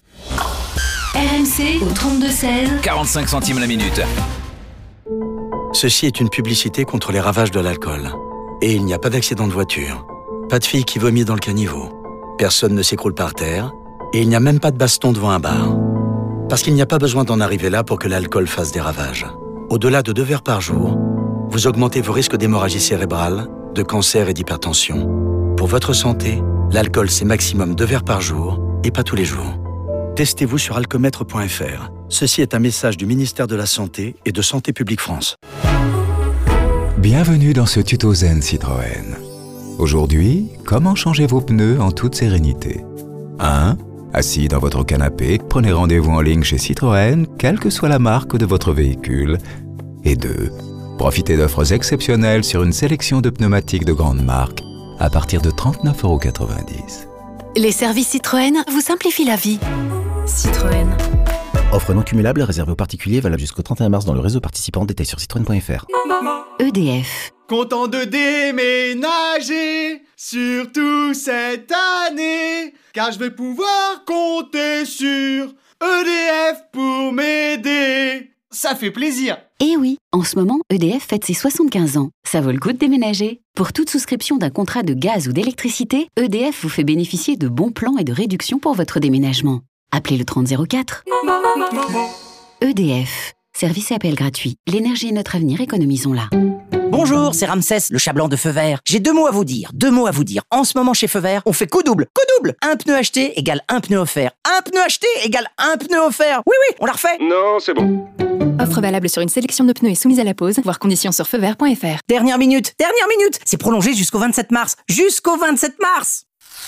Speaker 1: R M C au trente-deux seize.
Speaker 2: quarante-cinq centimes la minute.
Speaker 9: Ceci est une publicité contre les ravages de l'alcool. Et il n'y a pas d'accident de voiture. Pas de fille qui vomit dans le caniveau. Personne ne s'écroule par terre. Et il n'y a même pas de baston devant un bar. Parce qu'il n'y a pas besoin d'en arriver là pour que l'alcool fasse des ravages. Au-delà de deux verres par jour, vous augmentez vos risques d'hémorragie cérébrale, de cancer et d'hypertension. Pour votre santé, l'alcool c'est maximum deux verres par jour et pas tous les jours. Testez-vous sur alcomètre point f r. Ceci est un message du ministère de la Santé et de Santé publique France.
Speaker 14: Bienvenue dans ce tuto Zen Citroën. Aujourd'hui, comment changer vos pneus en toute sérénité. un. Assis dans votre canapé, prenez rendez-vous en ligne chez Citroën, quelle que soit la marque de votre véhicule. Et deux. Profitez d'offres exceptionnelles sur une sélection de pneumatiques de grande marque à partir de trente-neuf euros quatre-vingt-dix.
Speaker 22: Les services Citroën vous simplifient la vie. Citroën.
Speaker 24: Offre non cumulable réservée aux particuliers, valable jusqu'au trente et un mars dans le réseau participant. Détails sur citroën point f r.
Speaker 1: E D F.
Speaker 25: Content de déménager, surtout cette année, car je vais pouvoir compter sur E D F pour m'aider. Ça fait plaisir.
Speaker 26: Eh oui, en ce moment, E D F fête ses soixante-quinze ans. Ça vaut le coup de déménager. Pour toute souscription d'un contrat de gaz ou d'électricité, E D F vous fait bénéficier de bons plans et de réductions pour votre déménagement. Appelez le trente zéro quatre. E D F. Service et appel gratuit. L'énergie est notre avenir, économisons-la.
Speaker 27: Bonjour, c'est Ramsès, le chat blanc de Feu Vert. J'ai deux mots à vous dire, deux mots à vous dire. En ce moment chez Feu Vert, on fait coup double, coup double. Un pneu acheté égale un pneu offert. Un pneu acheté égale un pneu offert. Oui, oui, on la refait.
Speaker 17: Non, c'est bon.
Speaker 22: Offre valable sur une sélection de pneus et soumise à la pause, voire conditions sur feu vert point f r.
Speaker 27: Dernière minute, dernière minute. C'est prolongé jusqu'au vingt-sept mars. Jusqu'au vingt-sept mars.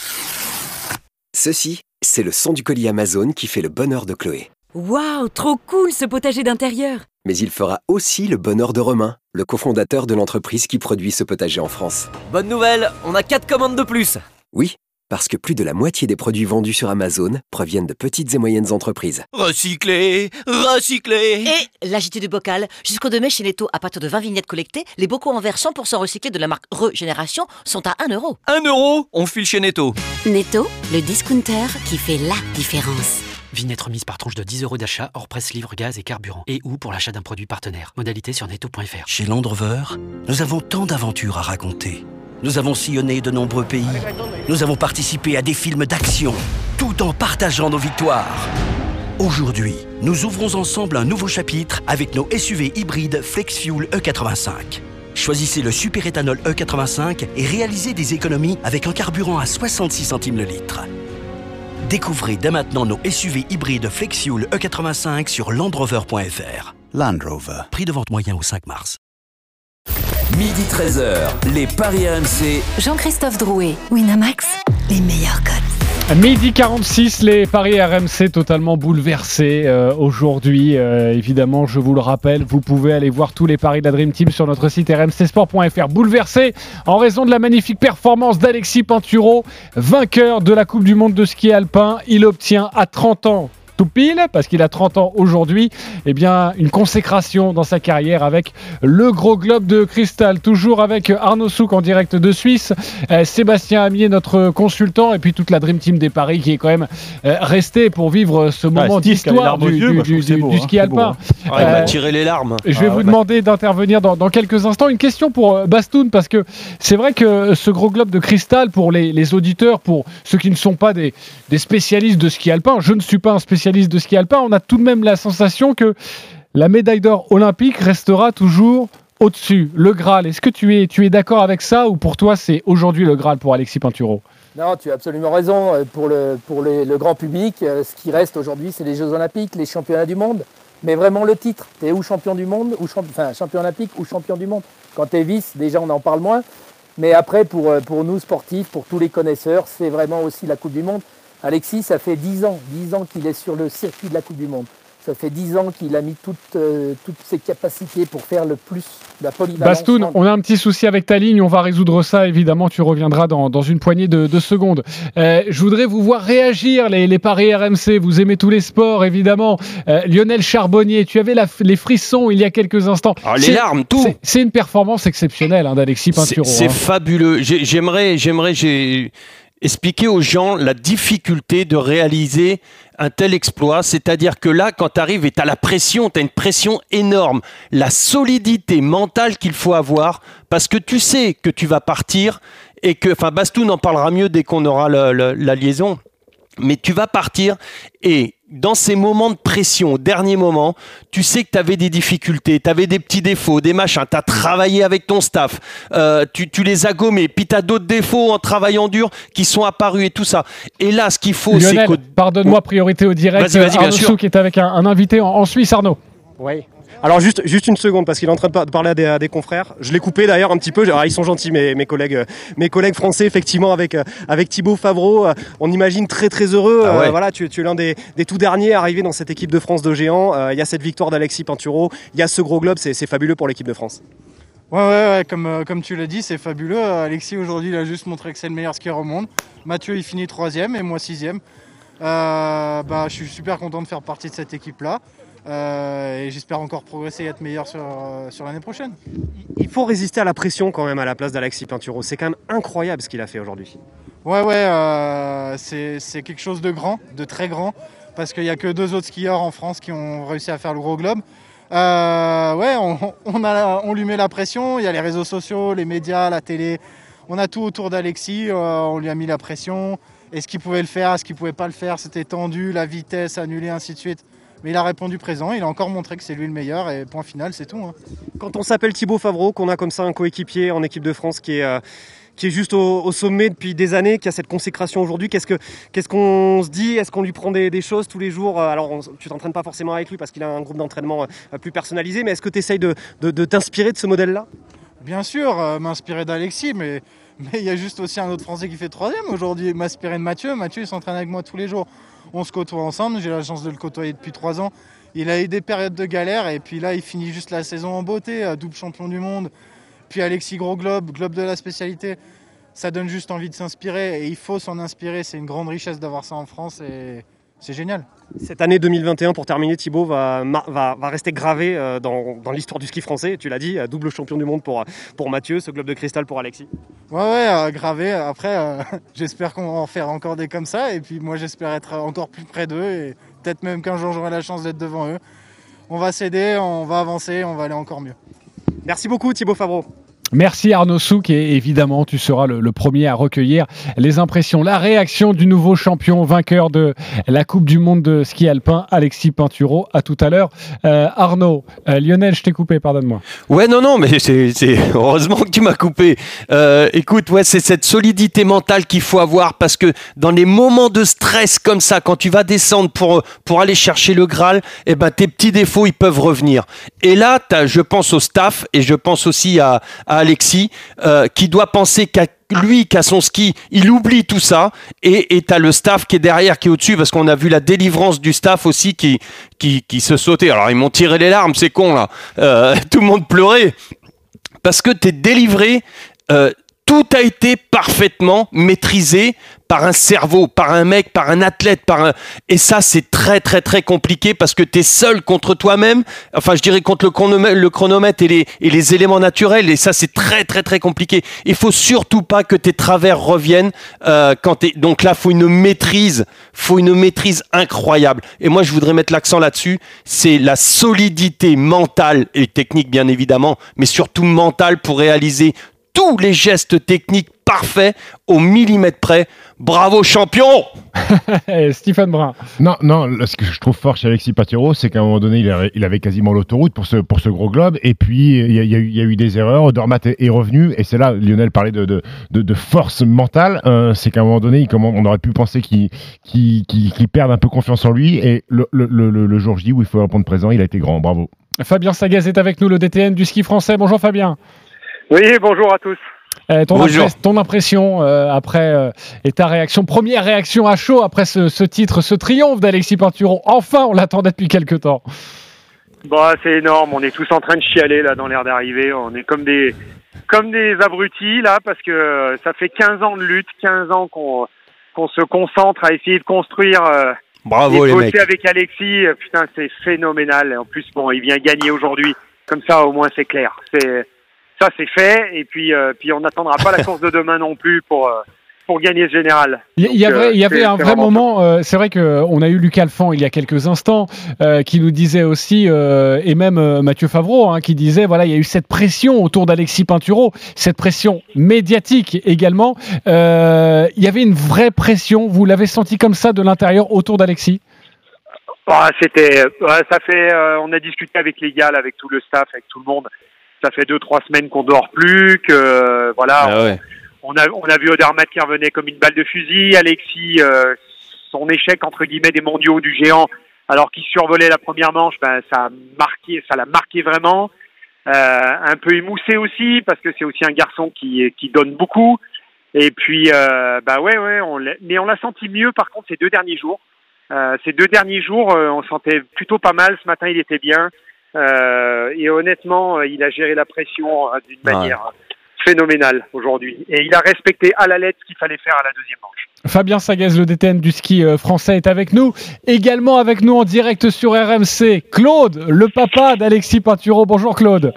Speaker 28: Ceci, c'est le son du colis Amazon qui fait le bonheur de Chloé.
Speaker 29: Waouh, trop cool ce potager d'intérieur.
Speaker 28: Mais il fera aussi le bonheur de Romain, le cofondateur de l'entreprise qui produit ce potager en France.
Speaker 30: Bonne nouvelle, on a quatre commandes de plus.
Speaker 28: Oui, parce que plus de la moitié des produits vendus sur Amazon proviennent de petites et moyennes entreprises.
Speaker 30: Recyclé, recyclé.
Speaker 29: Et l'A G T du bocal, jusqu'au deux mai chez Netto, à partir de vingt vignettes collectées, les bocaux en verre cent pour cent recyclés de la marque Regénération sont à un euro.
Speaker 30: un euro, on file chez Netto.
Speaker 26: Netto, le discounter qui fait la différence.
Speaker 31: Vignette remise par tranche de dix euros d'achat, hors presse, livre, gaz et carburant. Et ou pour l'achat d'un produit partenaire. Modalité sur netto point f r.
Speaker 9: Chez Land Rover, nous avons tant d'aventures à raconter. Nous avons sillonné de nombreux pays. Nous avons participé à des films d'action, tout en partageant nos victoires. Aujourd'hui, nous ouvrons ensemble un nouveau chapitre avec nos S U V hybrides FlexFuel E quatre-vingt-cinq. Choisissez le super éthanol E quatre-vingt-cinq et réalisez des économies avec un carburant à soixante-six centimes le litre. Découvrez dès maintenant nos S U V hybrides FlexFuel E quatre-vingt-cinq sur land rover point f r. Land Rover. Prix de vente moyen au cinq mars.
Speaker 2: Midi treize heures, les paris R M C.
Speaker 26: Jean-Christophe Drouet, Winamax, les meilleurs codes.
Speaker 3: Midi quarante-six, les paris R M C totalement bouleversés euh, aujourd'hui. Euh, évidemment, je vous le rappelle, vous pouvez aller voir tous les paris de la Dream Team sur notre site r m c sport point f r. Bouleversés en raison de la magnifique performance d'Alexis Pinturo, vainqueur de la Coupe du Monde de ski alpin. Il obtient à trente ans tout pile, parce qu'il a trente ans aujourd'hui, eh bien, une consécration dans sa carrière avec le gros globe de cristal. Toujours avec Arnaud Souk en direct de Suisse, euh, Sébastien Amier, notre consultant, et puis toute la Dream Team des paris qui est quand même euh, restée pour vivre ce moment ah, d'histoire du,
Speaker 5: yeux,
Speaker 3: du,
Speaker 5: bah,
Speaker 3: du, du,
Speaker 5: beau,
Speaker 3: du ski
Speaker 5: hein,
Speaker 3: alpin.
Speaker 5: Beau, hein. Ouais, il m'a tiré les larmes.
Speaker 3: Je vais
Speaker 5: ah,
Speaker 3: vous
Speaker 5: ouais,
Speaker 3: demander bah... d'intervenir dans, dans quelques instants. Une question pour Bastoun, parce que c'est vrai que ce gros globe de cristal, pour les, les auditeurs, pour ceux qui ne sont pas des, des spécialistes de ski alpin, je ne suis pas un spécialiste de ski alpin, on a tout de même la sensation que la médaille d'or olympique restera toujours au-dessus, le Graal. Est-ce que tu es, tu es d'accord avec ça, ou pour toi c'est aujourd'hui le Graal pour Alexis Pinturo?
Speaker 13: Non, tu as absolument raison. Pour le, pour les, le grand public, ce qui reste aujourd'hui, c'est les Jeux Olympiques, les championnats du monde. Mais vraiment le titre, tu es ou champion du monde, ou champ... enfin, champion olympique ou champion du monde. Quand tu es vice, déjà on en parle moins. Mais après, pour, pour nous sportifs, pour tous les connaisseurs, c'est vraiment aussi la Coupe du Monde. Alexis, ça fait dix ans, dix ans qu'il est sur le circuit de la Coupe du Monde. Ça fait dix ans qu'il a mis toutes, euh, toutes ses capacités pour faire le plus, la polyvalence.
Speaker 3: Bastoun, on a un petit souci avec ta ligne, on va résoudre ça, évidemment, tu reviendras dans, dans une poignée de, de secondes. Euh, je voudrais vous voir réagir, les, les paris R M C, vous aimez tous les sports, évidemment. Euh, Lionel Charbonnier, tu avais la, les frissons il y a quelques instants.
Speaker 5: Alors, les larmes, tout.
Speaker 3: C'est, c'est une performance exceptionnelle hein, d'Alexis Pinturo.
Speaker 5: C'est, c'est
Speaker 3: hein.
Speaker 5: fabuleux. J'ai, j'aimerais, j'aimerais j'ai... expliquer aux gens la difficulté de réaliser un tel exploit, c'est-à-dire que là, quand tu arrives et tu as la pression, tu as une pression énorme, la solidité mentale qu'il faut avoir, parce que tu sais que tu vas partir, et que, enfin Bastoun en parlera mieux dès qu'on aura le, le, la liaison, mais tu vas partir, et dans ces moments de pression, au dernier moment, tu sais que tu avais des difficultés, tu avais des petits défauts, des machins, tu as travaillé avec ton staff, euh, tu, tu les as gommés, puis tu as d'autres défauts en travaillant dur qui sont apparus et tout ça. Et là, ce qu'il faut,
Speaker 3: Lionel,
Speaker 5: c'est que...
Speaker 3: pardonne-moi, priorité au direct.
Speaker 5: Vas-y, vas-y,
Speaker 3: Arnaud Souk est avec un, un invité en, en Suisse, Arnaud.
Speaker 10: Oui. Alors juste, juste une seconde, parce qu'il est en train de parler à des, à des confrères. Je l'ai coupé d'ailleurs un petit peu. Alors, ils sont gentils, mes, mes collègues, mes collègues français, effectivement, avec avec Thibaut Favreau. On imagine très très heureux. Ah ouais. euh, voilà, tu, tu es l'un des, des tout derniers arrivés dans cette équipe de France de géants. Il euh, y a cette victoire d'Alexis Pinturo. Il y a ce gros globe. C'est, c'est fabuleux pour l'équipe de France.
Speaker 25: Ouais, ouais, ouais, comme, euh, comme tu l'as dit, c'est fabuleux. Alexis aujourd'hui, il a juste montré que c'est le meilleur skieur au monde. Mathieu, il finit troisième et moi sixième. Euh, bah, je suis super content de faire partie de cette équipe-là. Euh, et j'espère encore progresser et être meilleur sur, euh, sur l'année prochaine.
Speaker 10: Il faut résister à la pression quand même à la place d'Alexis Pinturo. C'est quand même incroyable ce qu'il a fait aujourd'hui.
Speaker 25: Ouais, ouais, euh, c'est, c'est quelque chose de grand, de très grand, parce qu'il n'y a que deux autres skieurs en France qui ont réussi à faire le gros globe. Euh, ouais, on, on, a, on lui met la pression, il y a les réseaux sociaux, les médias, la télé, on a tout autour d'Alexis, euh, on lui a mis la pression. Est-ce qu'il pouvait le faire, est-ce qu'il ne pouvait pas le faire, c'était tendu, la vitesse annulée, ainsi de suite. Mais il a répondu présent, il a encore montré que c'est lui le meilleur et point final, c'est tout. Hein.
Speaker 10: Quand on s'appelle Thibaut Favreau, qu'on a comme ça un coéquipier en équipe de France qui est, euh, qui est juste au, au sommet depuis des années, qui a cette consécration aujourd'hui, qu'est-ce, que, qu'est-ce qu'on se dit? Est-ce qu'on lui prend des, des choses tous les jours? Alors on, tu t'entraînes pas forcément avec lui parce qu'il a un groupe d'entraînement euh, plus personnalisé, mais est-ce que tu essayes de, de, de t'inspirer de ce modèle-là?
Speaker 25: Bien sûr, euh, m'inspirer d'Alexis, mais mais il y a juste aussi un autre Français qui fait troisième aujourd'hui, m'inspirer de Mathieu. Mathieu, il s'entraîne avec moi tous les jours. On se côtoie ensemble, j'ai la chance de le côtoyer depuis trois ans. Il a eu des périodes de galère et puis là, il finit juste la saison en beauté, double champion du monde. Puis Alexis Gros Globe, globe de la spécialité. Ça donne juste envie de s'inspirer et il faut s'en inspirer. C'est une grande richesse d'avoir ça en France et c'est génial.
Speaker 10: Cette année deux mille vingt et un, pour terminer, Thibaut, va, va, va rester gravé dans, dans l'histoire du ski français. Tu l'as dit, double champion du monde pour, pour Mathieu, ce globe de cristal pour Alexis.
Speaker 25: Ouais, ouais, euh, gravé. Après, euh, j'espère qu'on va en faire encore des comme ça. Et puis moi, j'espère être encore plus près d'eux. Et peut-être même qu'un jour, j'aurai la chance d'être devant eux. On va s'aider, on va avancer, on va aller encore mieux.
Speaker 10: Merci beaucoup, Thibaut Favreau.
Speaker 3: Merci Arnaud Souk, et évidemment tu seras le, le premier à recueillir les impressions, la réaction du nouveau champion vainqueur de la Coupe du Monde de ski alpin, Alexis Pinturo. À tout à l'heure. Euh, Arnaud, euh, Lionel, je t'ai coupé, pardonne-moi.
Speaker 5: Ouais, non, non, mais c'est, c'est heureusement que tu m'as coupé. Euh, écoute, ouais, c'est cette solidité mentale qu'il faut avoir, parce que dans les moments de stress comme ça, quand tu vas descendre pour, pour aller chercher le Graal, eh ben, tes petits défauts, ils peuvent revenir. Et là, t'as, je pense au staff, et je pense aussi à, à Alexis, euh, qui doit penser qu'à lui, qu'à son ski, il oublie tout ça, et tu as le staff qui est derrière, qui est au-dessus, parce qu'on a vu la délivrance du staff aussi qui, qui, qui se sautait. Alors ils m'ont tiré les larmes, c'est con là, euh, tout le monde pleurait, parce que tu es délivré, euh, tout a été parfaitement maîtrisé par un cerveau, par un mec, par un athlète, par un... Et ça, c'est très, très, très compliqué parce que tu es seul contre toi-même. Enfin, je dirais contre le chronomètre, le chronomètre et, les, et les éléments naturels. Et ça, c'est très, très, très compliqué. Il faut surtout pas que tes travers reviennent. Euh, quand t'es... Donc là, faut une maîtrise. faut une maîtrise incroyable. Et moi, je voudrais mettre l'accent là-dessus. C'est la solidité mentale et technique, bien évidemment, mais surtout mentale pour réaliser tous les gestes techniques parfaits au millimètre près. Bravo champion.
Speaker 3: Stéphane Brun.
Speaker 4: Non, non, ce que je trouve fort chez Alexis Pinturo, c'est qu'à un moment donné, il avait, il avait quasiment l'autoroute pour ce, pour ce gros globe, et puis il y a, il y a, eu, il y a eu des erreurs, Odermatt est, est revenu, et c'est là, Lionel parlait de, de, de, de force mentale, euh, c'est qu'à un moment donné, il, comment, on aurait pu penser qu'il, qu'il, qu'il, qu'il perde un peu confiance en lui, et le, le, le, le jour J où il faut répondre présent, il a été grand, bravo.
Speaker 3: Fabien Sagaz est avec nous, le D T N du ski français. Bonjour Fabien.
Speaker 6: Oui, bonjour à tous.
Speaker 3: Euh, ton, impress- ton impression euh, après euh, et ta réaction, première réaction à chaud après ce, ce titre, ce triomphe d'Alexis Pinturo. Enfin, on l'attendait depuis quelques temps.
Speaker 6: Bah, c'est énorme. On est tous en train de chialer là dans l'air d'arrivée. On est comme des comme des abrutis là parce que euh, ça fait quinze ans de lutte, quinze ans qu'on qu'on se concentre à essayer de construire. Euh,
Speaker 5: Bravo les mecs.
Speaker 6: Avec Alexis, euh, putain, c'est phénoménal. En plus, bon, il vient gagner aujourd'hui. Comme ça, au moins, c'est clair. C'est Ça, c'est fait, et puis, euh, puis on n'attendra pas la course de demain non plus pour, euh, pour gagner ce général.
Speaker 3: Il y, y, avait, il y avait un vrai moment, euh, c'est vrai qu'on a eu Luc Alphand il y a quelques instants, euh, qui nous disait aussi, euh, et même euh, Mathieu Favreau, hein, qui disait, voilà, il y a eu cette pression autour d'Alexis Pinturo, cette pression médiatique également. Euh, il y avait une vraie pression, vous l'avez senti comme ça de l'intérieur autour d'Alexis ?
Speaker 6: Ah, c'était, ouais, ça fait, euh, on a discuté avec les gars, avec tout le staff, avec tout le monde. Ça fait deux, trois semaines qu'on dort plus, que euh, voilà.
Speaker 5: Ah ouais.
Speaker 6: On a, on a vu Odermatt qui revenait comme une balle de fusil. Alexis, euh, son échec entre guillemets des mondiaux du géant, alors qu'il survolait la première manche, ben ça a marqué, ça l'a marqué vraiment. Euh, un peu émoussé aussi parce que c'est aussi un garçon qui qui donne beaucoup. Et puis, euh, bah ouais, ouais, on l'a, mais on l'a senti mieux par contre ces deux derniers jours. Euh, ces deux derniers jours, euh, on sentait plutôt pas mal. Ce matin, il était bien. Euh, et honnêtement, il a géré la pression euh, d'une ouais. manière phénoménale aujourd'hui. Et il a respecté à la lettre ce qu'il fallait faire à la deuxième manche.
Speaker 3: Fabien Sagaz, le D T N du ski français, est avec nous. Également avec nous en direct sur R M C, Claude, le papa d'Alexis Pinturo. Bonjour Claude.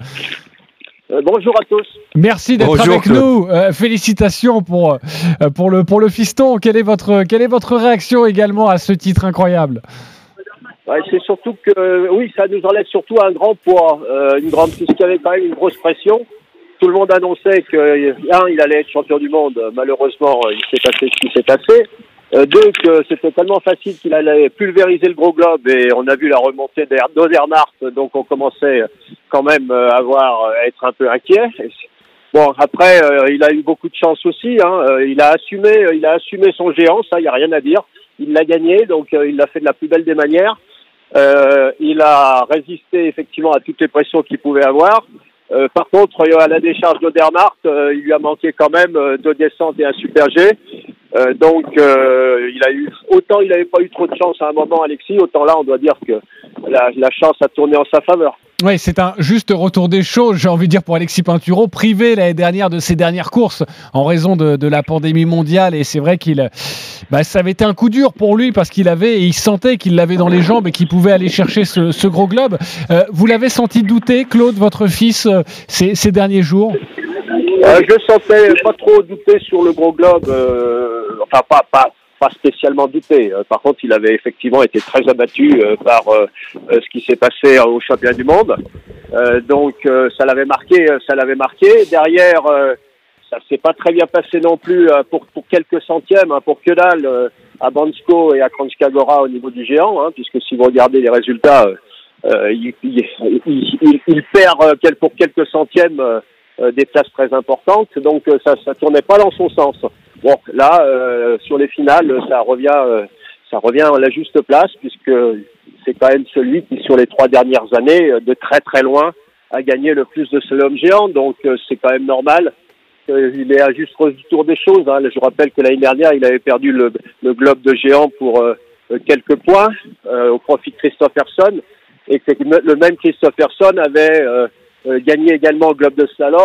Speaker 7: Euh, bonjour à tous.
Speaker 3: Merci d'être
Speaker 7: bonjour,
Speaker 3: avec Claude. nous. Euh, félicitations pour, euh, pour, le, pour le fiston. Quelle est, votre, quelle est votre réaction également à ce titre incroyable ?
Speaker 7: Ouais, c'est surtout que, oui, ça nous enlève surtout un grand poids, euh, une grande, puisqu'il y avait quand même une grosse pression. Tout le monde annonçait que, un, il allait être champion du monde. Malheureusement, il s'est passé ce qui s'est passé. Euh, deux, que c'était tellement facile qu'il allait pulvériser le gros globe, et on a vu la remontée d'Odermatt, donc on commençait quand même à avoir, à être un peu inquiet. Bon, après, euh, il a eu beaucoup de chance aussi, hein. Euh, il a assumé, il a assumé son géant, ça, il n'y a rien à dire. Il l'a gagné, donc euh, il l'a fait de la plus belle des manières. Euh, il a résisté effectivement à toutes les pressions qu'il pouvait avoir. Euh, par contre, à la décharge d'Odermatt, euh, il lui a manqué quand même euh, deux descentes et un super G. Euh, donc, euh, il a eu autant il n'avait pas eu trop de chance à un moment, Alexis, autant là, on doit dire que la, la chance a tourné en sa faveur.
Speaker 3: Oui, c'est un juste retour des choses, j'ai envie de dire, pour Alexis Pinturo, privé l'année dernière de ses dernières courses en raison de, de la pandémie mondiale. Et c'est vrai qu'il, bah, ça avait été un coup dur pour lui parce qu'il avait, et il sentait qu'il l'avait dans les jambes et qu'il pouvait aller chercher ce, ce gros globe. Euh, vous l'avez senti douter, Claude, votre fils, euh, ces, ces derniers jours ?
Speaker 7: euh, Je sentais pas trop douter sur le gros globe, euh, enfin pas pas. pas spécialement douté. Euh, par contre, il avait effectivement été très abattu euh, par euh, euh, ce qui s'est passé euh, au championnat du monde. Euh, donc, euh, ça l'avait marqué, euh, ça l'avait marqué. Derrière, euh, ça s'est pas très bien passé non plus euh, pour pour quelques centièmes, hein, pour que dalle euh, à Bansko et à Kranjska Gora au niveau du géant, hein, puisque si vous regardez les résultats, euh, il, il, il, il, il perd euh, quel, pour quelques centièmes euh, euh, des places très importantes. Donc, euh, ça ça tournait pas dans son sens. Bon, là, euh, sur les finales, ça revient, euh, ça revient à la juste place, puisque c'est quand même celui qui, sur les trois dernières années, de très très loin, a gagné le plus de slalom géant. Donc, euh, c'est quand même normal qu'il ait un juste retour des choses, hein. Je rappelle que l'année dernière, il avait perdu le, le globe de géant pour euh, quelques points euh, au profit de Christopherson, et que le même Christopherson avait euh, gagné également le globe de slalom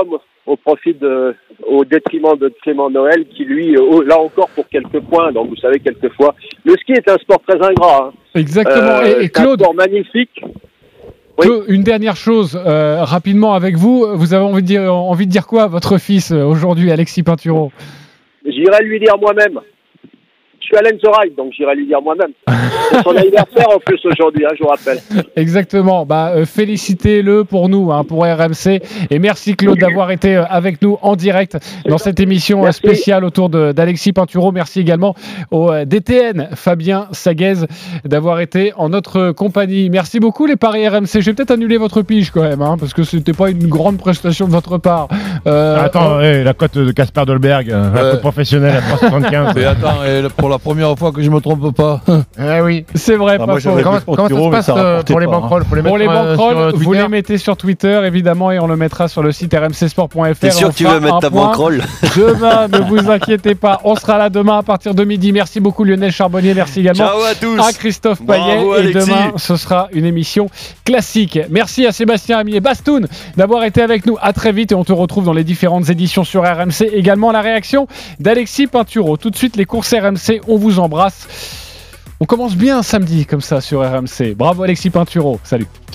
Speaker 7: au profit de, au détriment de Clément Noël, qui lui, euh, là encore pour quelques points. Donc vous savez, quelquefois, le ski est un sport très ingrat. Hein.
Speaker 3: Exactement.
Speaker 7: Euh,
Speaker 3: et, et Claude,
Speaker 7: un sport magnifique. Oui.
Speaker 3: Claude, une dernière chose, euh, rapidement avec vous. Vous avez envie de dire, envie de dire quoi à votre fils euh, aujourd'hui, Alexis Pinturo?
Speaker 7: J'irai lui dire moi-même. Je suis Alain Zoraille, donc j'irai lui dire moi-même. C'est son anniversaire en plus aujourd'hui, hein, je vous rappelle.
Speaker 3: Exactement. Bah, euh, félicitez-le pour nous, hein, pour R M C. Et merci Claude d'avoir été euh, avec nous en direct dans cette émission euh, spéciale autour de, d'Alexis Pinturo. Merci également au euh, D T N, Fabien Saguez, d'avoir été en notre compagnie. Merci beaucoup les paris R M C. Je vais peut-être annuler votre pige quand même, hein, parce que c'était pas une grande prestation de votre part. Euh,
Speaker 4: attends, on... hey, la cote de Casper Dolberg, euh, la cote professionnelle à trois soixante-quinze.
Speaker 8: Mais attends, et pour la première fois que je me trompe pas.
Speaker 4: Eh oui,
Speaker 3: c'est vrai.
Speaker 8: Ah,
Speaker 3: pas
Speaker 8: moi,
Speaker 3: faux.
Speaker 4: Comment, comment ça se passe euh, pour les banquerolles?
Speaker 3: Pour les, pour les banquerolles, vous les mettez sur Twitter évidemment et on le mettra sur le site r m c sport point f r.
Speaker 5: T'es sûr que tu veux mettre ta banquerolle?
Speaker 3: Demain, ne vous inquiétez pas, on sera là demain à partir de midi. Merci beaucoup Lionel Charbonnier, merci également
Speaker 5: Ciao à, tous.
Speaker 3: à Christophe Payet. Et demain, ce sera une émission classique. Merci à Sébastien Amier Bastoun d'avoir été avec nous. À très vite et on te retrouve dans les différentes éditions sur R M C. Également la réaction d'Alexis Pinturo. Tout de suite les courses R M C, on vous embrasse. On commence bien samedi comme ça sur R M C. Bravo Alexis Pinturo, salut.